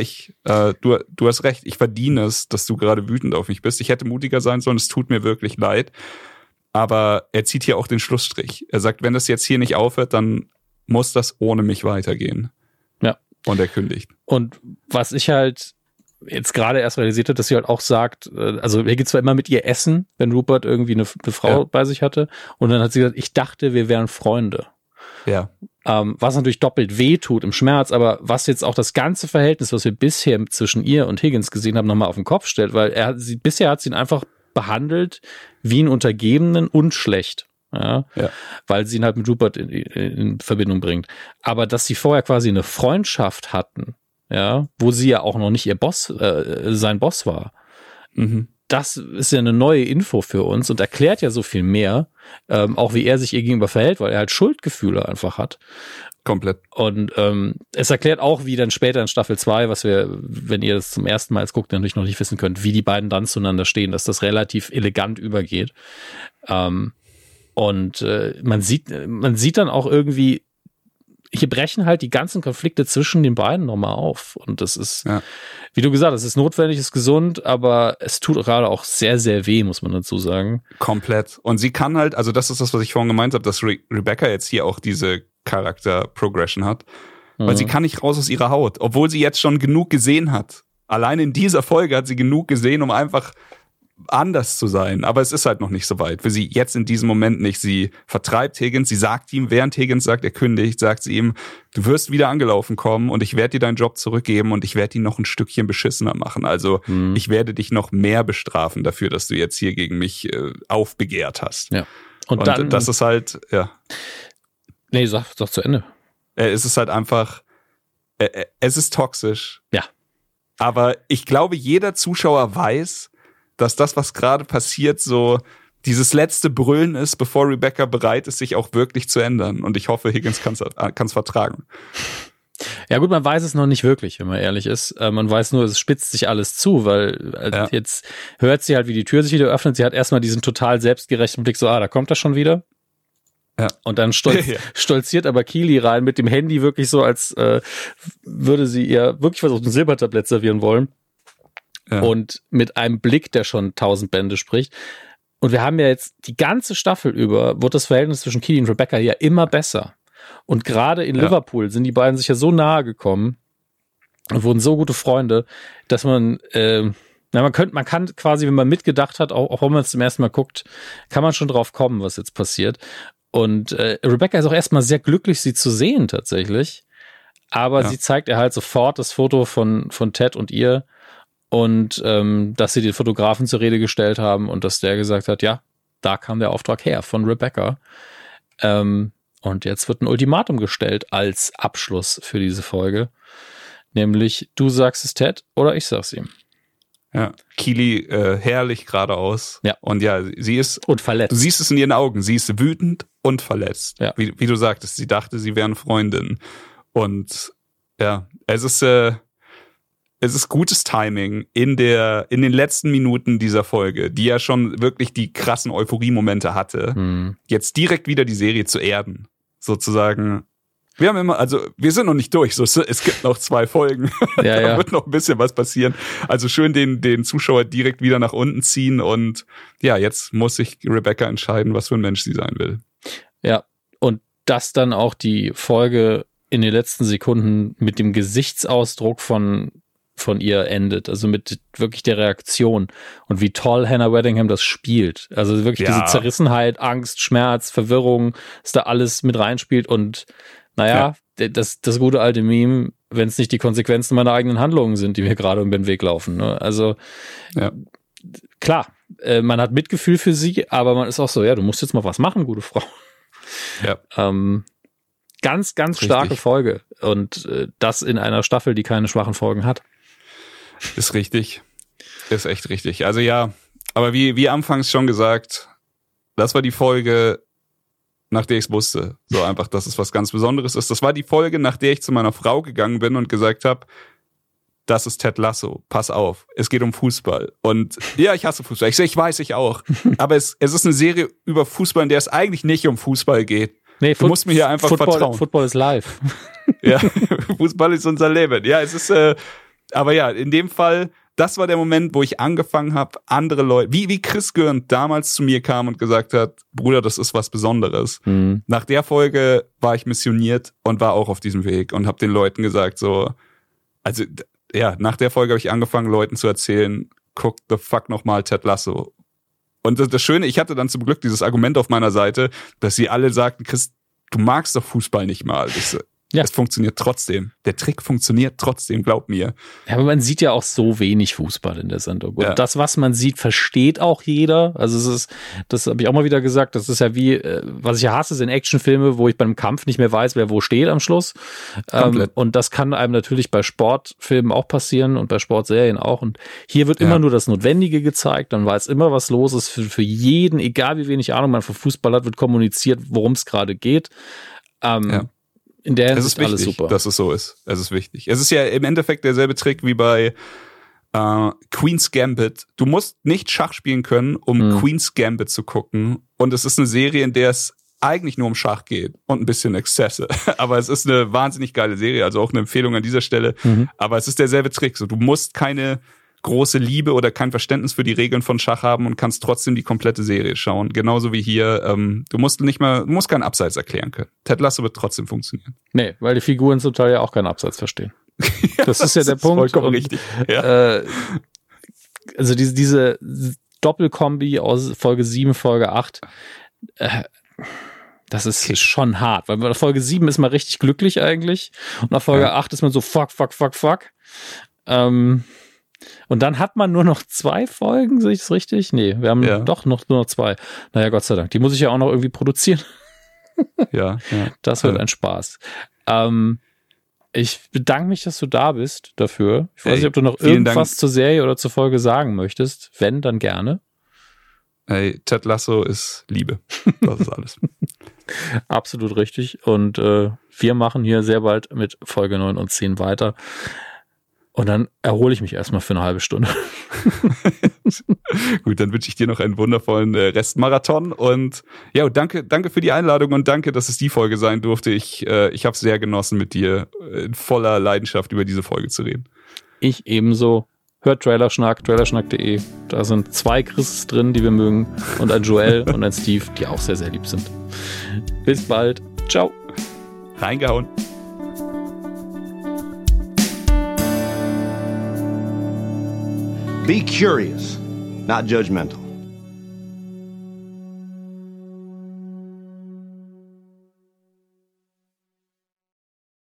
du hast recht, ich verdiene es, dass du gerade wütend auf mich bist. Ich hätte mutiger sein sollen, es tut mir wirklich leid. Aber er zieht hier auch den Schlussstrich. Er sagt, wenn das jetzt hier nicht aufhört, dann muss das ohne mich weitergehen. Ja. Und er kündigt. Und was ich halt jetzt gerade erst realisiert habe, dass sie halt auch sagt, also er geht zwar immer mit ihr essen, wenn Rupert irgendwie eine Frau bei sich hatte. Und dann hat sie gesagt, ich dachte, wir wären Freunde. Ja. Was natürlich doppelt weh tut im Schmerz, aber was jetzt auch das ganze Verhältnis, was wir bisher zwischen ihr und Higgins gesehen haben, nochmal auf den Kopf stellt, weil bisher hat sie ihn einfach behandelt wie einen Untergebenen und schlecht. Weil sie ihn halt mit Rupert in Verbindung bringt. Aber dass sie vorher quasi eine Freundschaft hatten, wo sie ja auch noch nicht sein Boss war, das ist ja eine neue Info für uns und erklärt ja so viel mehr, auch wie er sich ihr gegenüber verhält, weil er halt Schuldgefühle einfach hat. Komplett. Und es erklärt auch, wie dann später in Staffel 2, was wir, wenn ihr das zum ersten Mal jetzt guckt, natürlich noch nicht wissen könnt, wie die beiden dann zueinander stehen, dass das relativ elegant übergeht. Und man sieht dann auch irgendwie, hier brechen halt die ganzen Konflikte zwischen den beiden nochmal auf. Und das ist, wie du gesagt hast, es ist notwendig, es ist gesund, aber es tut gerade auch sehr, sehr weh, muss man dazu sagen. Komplett. Und sie kann halt, also das ist das, was ich vorhin gemeint habe, dass Rebecca jetzt hier auch diese Charakter-Progression hat. Weil sie kann nicht raus aus ihrer Haut, obwohl sie jetzt schon genug gesehen hat. Allein in dieser Folge hat sie genug gesehen, um einfach anders zu sein. Aber es ist halt noch nicht so weit. Für sie jetzt in diesem Moment nicht. Sie vertreibt Higgins, sie sagt ihm, während Higgins sagt, er kündigt, sagt sie ihm, du wirst wieder angelaufen kommen und ich werde dir deinen Job zurückgeben und ich werde ihn noch ein Stückchen beschissener machen. Also ich werde dich noch mehr bestrafen dafür, dass du jetzt hier gegen mich aufbegehrt hast. Ja. Und dann, das ist halt, Nee, sag zu Ende. Es ist halt einfach, es ist toxisch. Ja. Aber ich glaube, jeder Zuschauer weiß, dass das, was gerade passiert, so dieses letzte Brüllen ist, bevor Rebecca bereit ist, sich auch wirklich zu ändern. Und ich hoffe, Higgins kann's vertragen. Ja gut, man weiß es noch nicht wirklich, wenn man ehrlich ist. Man weiß nur, es spitzt sich alles zu, weil jetzt hört sie halt, wie die Tür sich wieder öffnet. Sie hat erstmal diesen total selbstgerechten Blick, so, da kommt er schon wieder. Ja. Und dann stolziert aber Keely rein mit dem Handy wirklich so, als würde sie ihr wirklich was auf dem Silbertablett servieren wollen. Ja. Und mit einem Blick, der schon 1000 Bände spricht. Und wir haben ja jetzt die ganze Staffel über, wird das Verhältnis zwischen Keely und Rebecca ja immer besser. Und gerade in Liverpool sind die beiden sich ja so nahe gekommen und wurden so gute Freunde, dass man kann quasi, wenn man mitgedacht hat, auch wenn man es zum ersten Mal guckt, kann man schon drauf kommen, was jetzt passiert. Und Rebecca ist auch erstmal sehr glücklich, sie zu sehen tatsächlich. Aber sie zeigt ihr halt sofort das Foto von Ted und ihr und dass sie den Fotografen zur Rede gestellt haben und dass der gesagt hat, ja, da kam der Auftrag her von Rebecca. Und jetzt wird ein Ultimatum gestellt als Abschluss für diese Folge. Nämlich, du sagst es Ted oder ich sag's ihm. Ja, Keely herrlich geradeaus. Ja. Und ja, sie ist... Und verletzt. Du siehst es in ihren Augen. Sie ist wütend und verletzt. Ja. Wie du sagtest, sie dachte, sie wären Freundinnen. Und ja, es ist gutes Timing in den letzten Minuten dieser Folge, die ja schon wirklich die krassen Euphorie-Momente hatte, jetzt direkt wieder die Serie zu erden. Sozusagen. Wir sind noch nicht durch, es gibt noch 2 Folgen. Da wird noch ein bisschen was passieren. Also schön den Zuschauer direkt wieder nach unten ziehen und ja, jetzt muss sich Rebecca entscheiden, was für ein Mensch sie sein will. Ja, und das dann auch die Folge in den letzten Sekunden mit dem Gesichtsausdruck von ihr endet, also mit wirklich der Reaktion und wie toll Hannah Waddingham das spielt. Also wirklich diese Zerrissenheit, Angst, Schmerz, Verwirrung, dass da alles mit reinspielt und das gute alte Meme, wenn es nicht die Konsequenzen meiner eigenen Handlungen sind, die mir gerade um den Weg laufen. Ne? Also klar, man hat Mitgefühl für sie, aber man ist auch so, ja, du musst jetzt mal was machen, gute Frau. Ja. Ganz, ganz starke Folge und das in einer Staffel, die keine schwachen Folgen hat. Ist richtig. Ist echt richtig. Also ja, aber wie anfangs schon gesagt, das war die Folge, nach der ich es wusste. So einfach, dass es was ganz Besonderes ist. Das war die Folge, nach der ich zu meiner Frau gegangen bin und gesagt habe, das ist Ted Lasso, pass auf, es geht um Fußball. Und ja, ich hasse Fußball. Ich weiß, ich auch. Aber es ist eine Serie über Fußball, in der es eigentlich nicht um Fußball geht. Nee, du musst mir hier einfach vertrauen. Football ist live. Ja, Fußball ist unser Leben. Ja, es ist, aber ja, in dem Fall, das war der Moment, wo ich angefangen habe, andere Leute, wie Chris Gürnt damals zu mir kam und gesagt hat, Bruder, das ist was Besonderes. Mhm. Nach der Folge war ich missioniert und war auch auf diesem Weg und habe den Leuten gesagt, so, also ja, nach der Folge habe ich angefangen, Leuten zu erzählen, guck the fuck nochmal Ted Lasso. Und das Schöne, ich hatte dann zum Glück dieses Argument auf meiner Seite, dass sie alle sagten, Chris, du magst doch Fußball nicht mal. Es funktioniert trotzdem. Der Trick funktioniert trotzdem, glaub mir. Ja, aber man sieht ja auch so wenig Fußball in der Sendung. Und das, was man sieht, versteht auch jeder. Also das habe ich auch mal wieder gesagt, das ist ja wie, was ich ja hasse, sind Actionfilme, wo ich beim Kampf nicht mehr weiß, wer wo steht am Schluss. Und das kann einem natürlich bei Sportfilmen auch passieren und bei Sportserien auch. Und hier wird immer nur das Notwendige gezeigt, dann weiß immer, was los ist. Für jeden, egal wie wenig Ahnung man von Fußball hat, wird kommuniziert, worum es gerade geht. In der Hinsicht ist alles super. Dass es so ist. Es ist wichtig. Es ist ja im Endeffekt derselbe Trick wie bei Queen's Gambit. Du musst nicht Schach spielen können, um Queen's Gambit zu gucken. Und es ist eine Serie, in der es eigentlich nur um Schach geht und ein bisschen Exzesse. Aber es ist eine wahnsinnig geile Serie, also auch eine Empfehlung an dieser Stelle. Aber es ist derselbe Trick. So, du musst keine große Liebe oder kein Verständnis für die Regeln von Schach haben und kannst trotzdem die komplette Serie schauen. Genauso wie hier, du musst keinen Abseits erklären können. Ted Lasso wird trotzdem funktionieren. Nee, weil die Figuren zum Teil ja auch keinen Abseits verstehen. Das ist ja der Punkt. Vollkommen richtig. Ja. Also diese Doppelkombi aus Folge 7, Folge 8, das ist schon hart, weil bei Folge 7 ist man richtig glücklich eigentlich und nach Folge 8 ist man so fuck. Und dann hat man nur noch 2 Folgen, sehe ich das richtig? Nee, wir haben doch nur noch 2. Naja, Gott sei Dank. Die muss ich ja auch noch irgendwie produzieren. Ja. Das wird ein Spaß. Ich bedanke mich, dass du da bist dafür. Ich weiß nicht, ob du noch irgendwas zur Serie oder zur Folge sagen möchtest. Wenn, dann gerne. Hey, Ted Lasso ist Liebe. Das ist alles. Absolut richtig. Und wir machen hier sehr bald mit Folge 9 und 10 weiter. Und dann erhole ich mich erstmal für eine halbe Stunde. Gut, dann wünsche ich dir noch einen wundervollen Restmarathon. Und ja, danke für die Einladung und danke, dass es die Folge sein durfte. Ich habe es sehr genossen, mit dir in voller Leidenschaft über diese Folge zu reden. Ich ebenso. Hört trailerschnack.de. Da sind 2 Chris drin, die wir mögen. Und ein Joel und ein Steve, die auch sehr, sehr lieb sind. Bis bald. Ciao. Reingehauen. Be curious, not judgmental.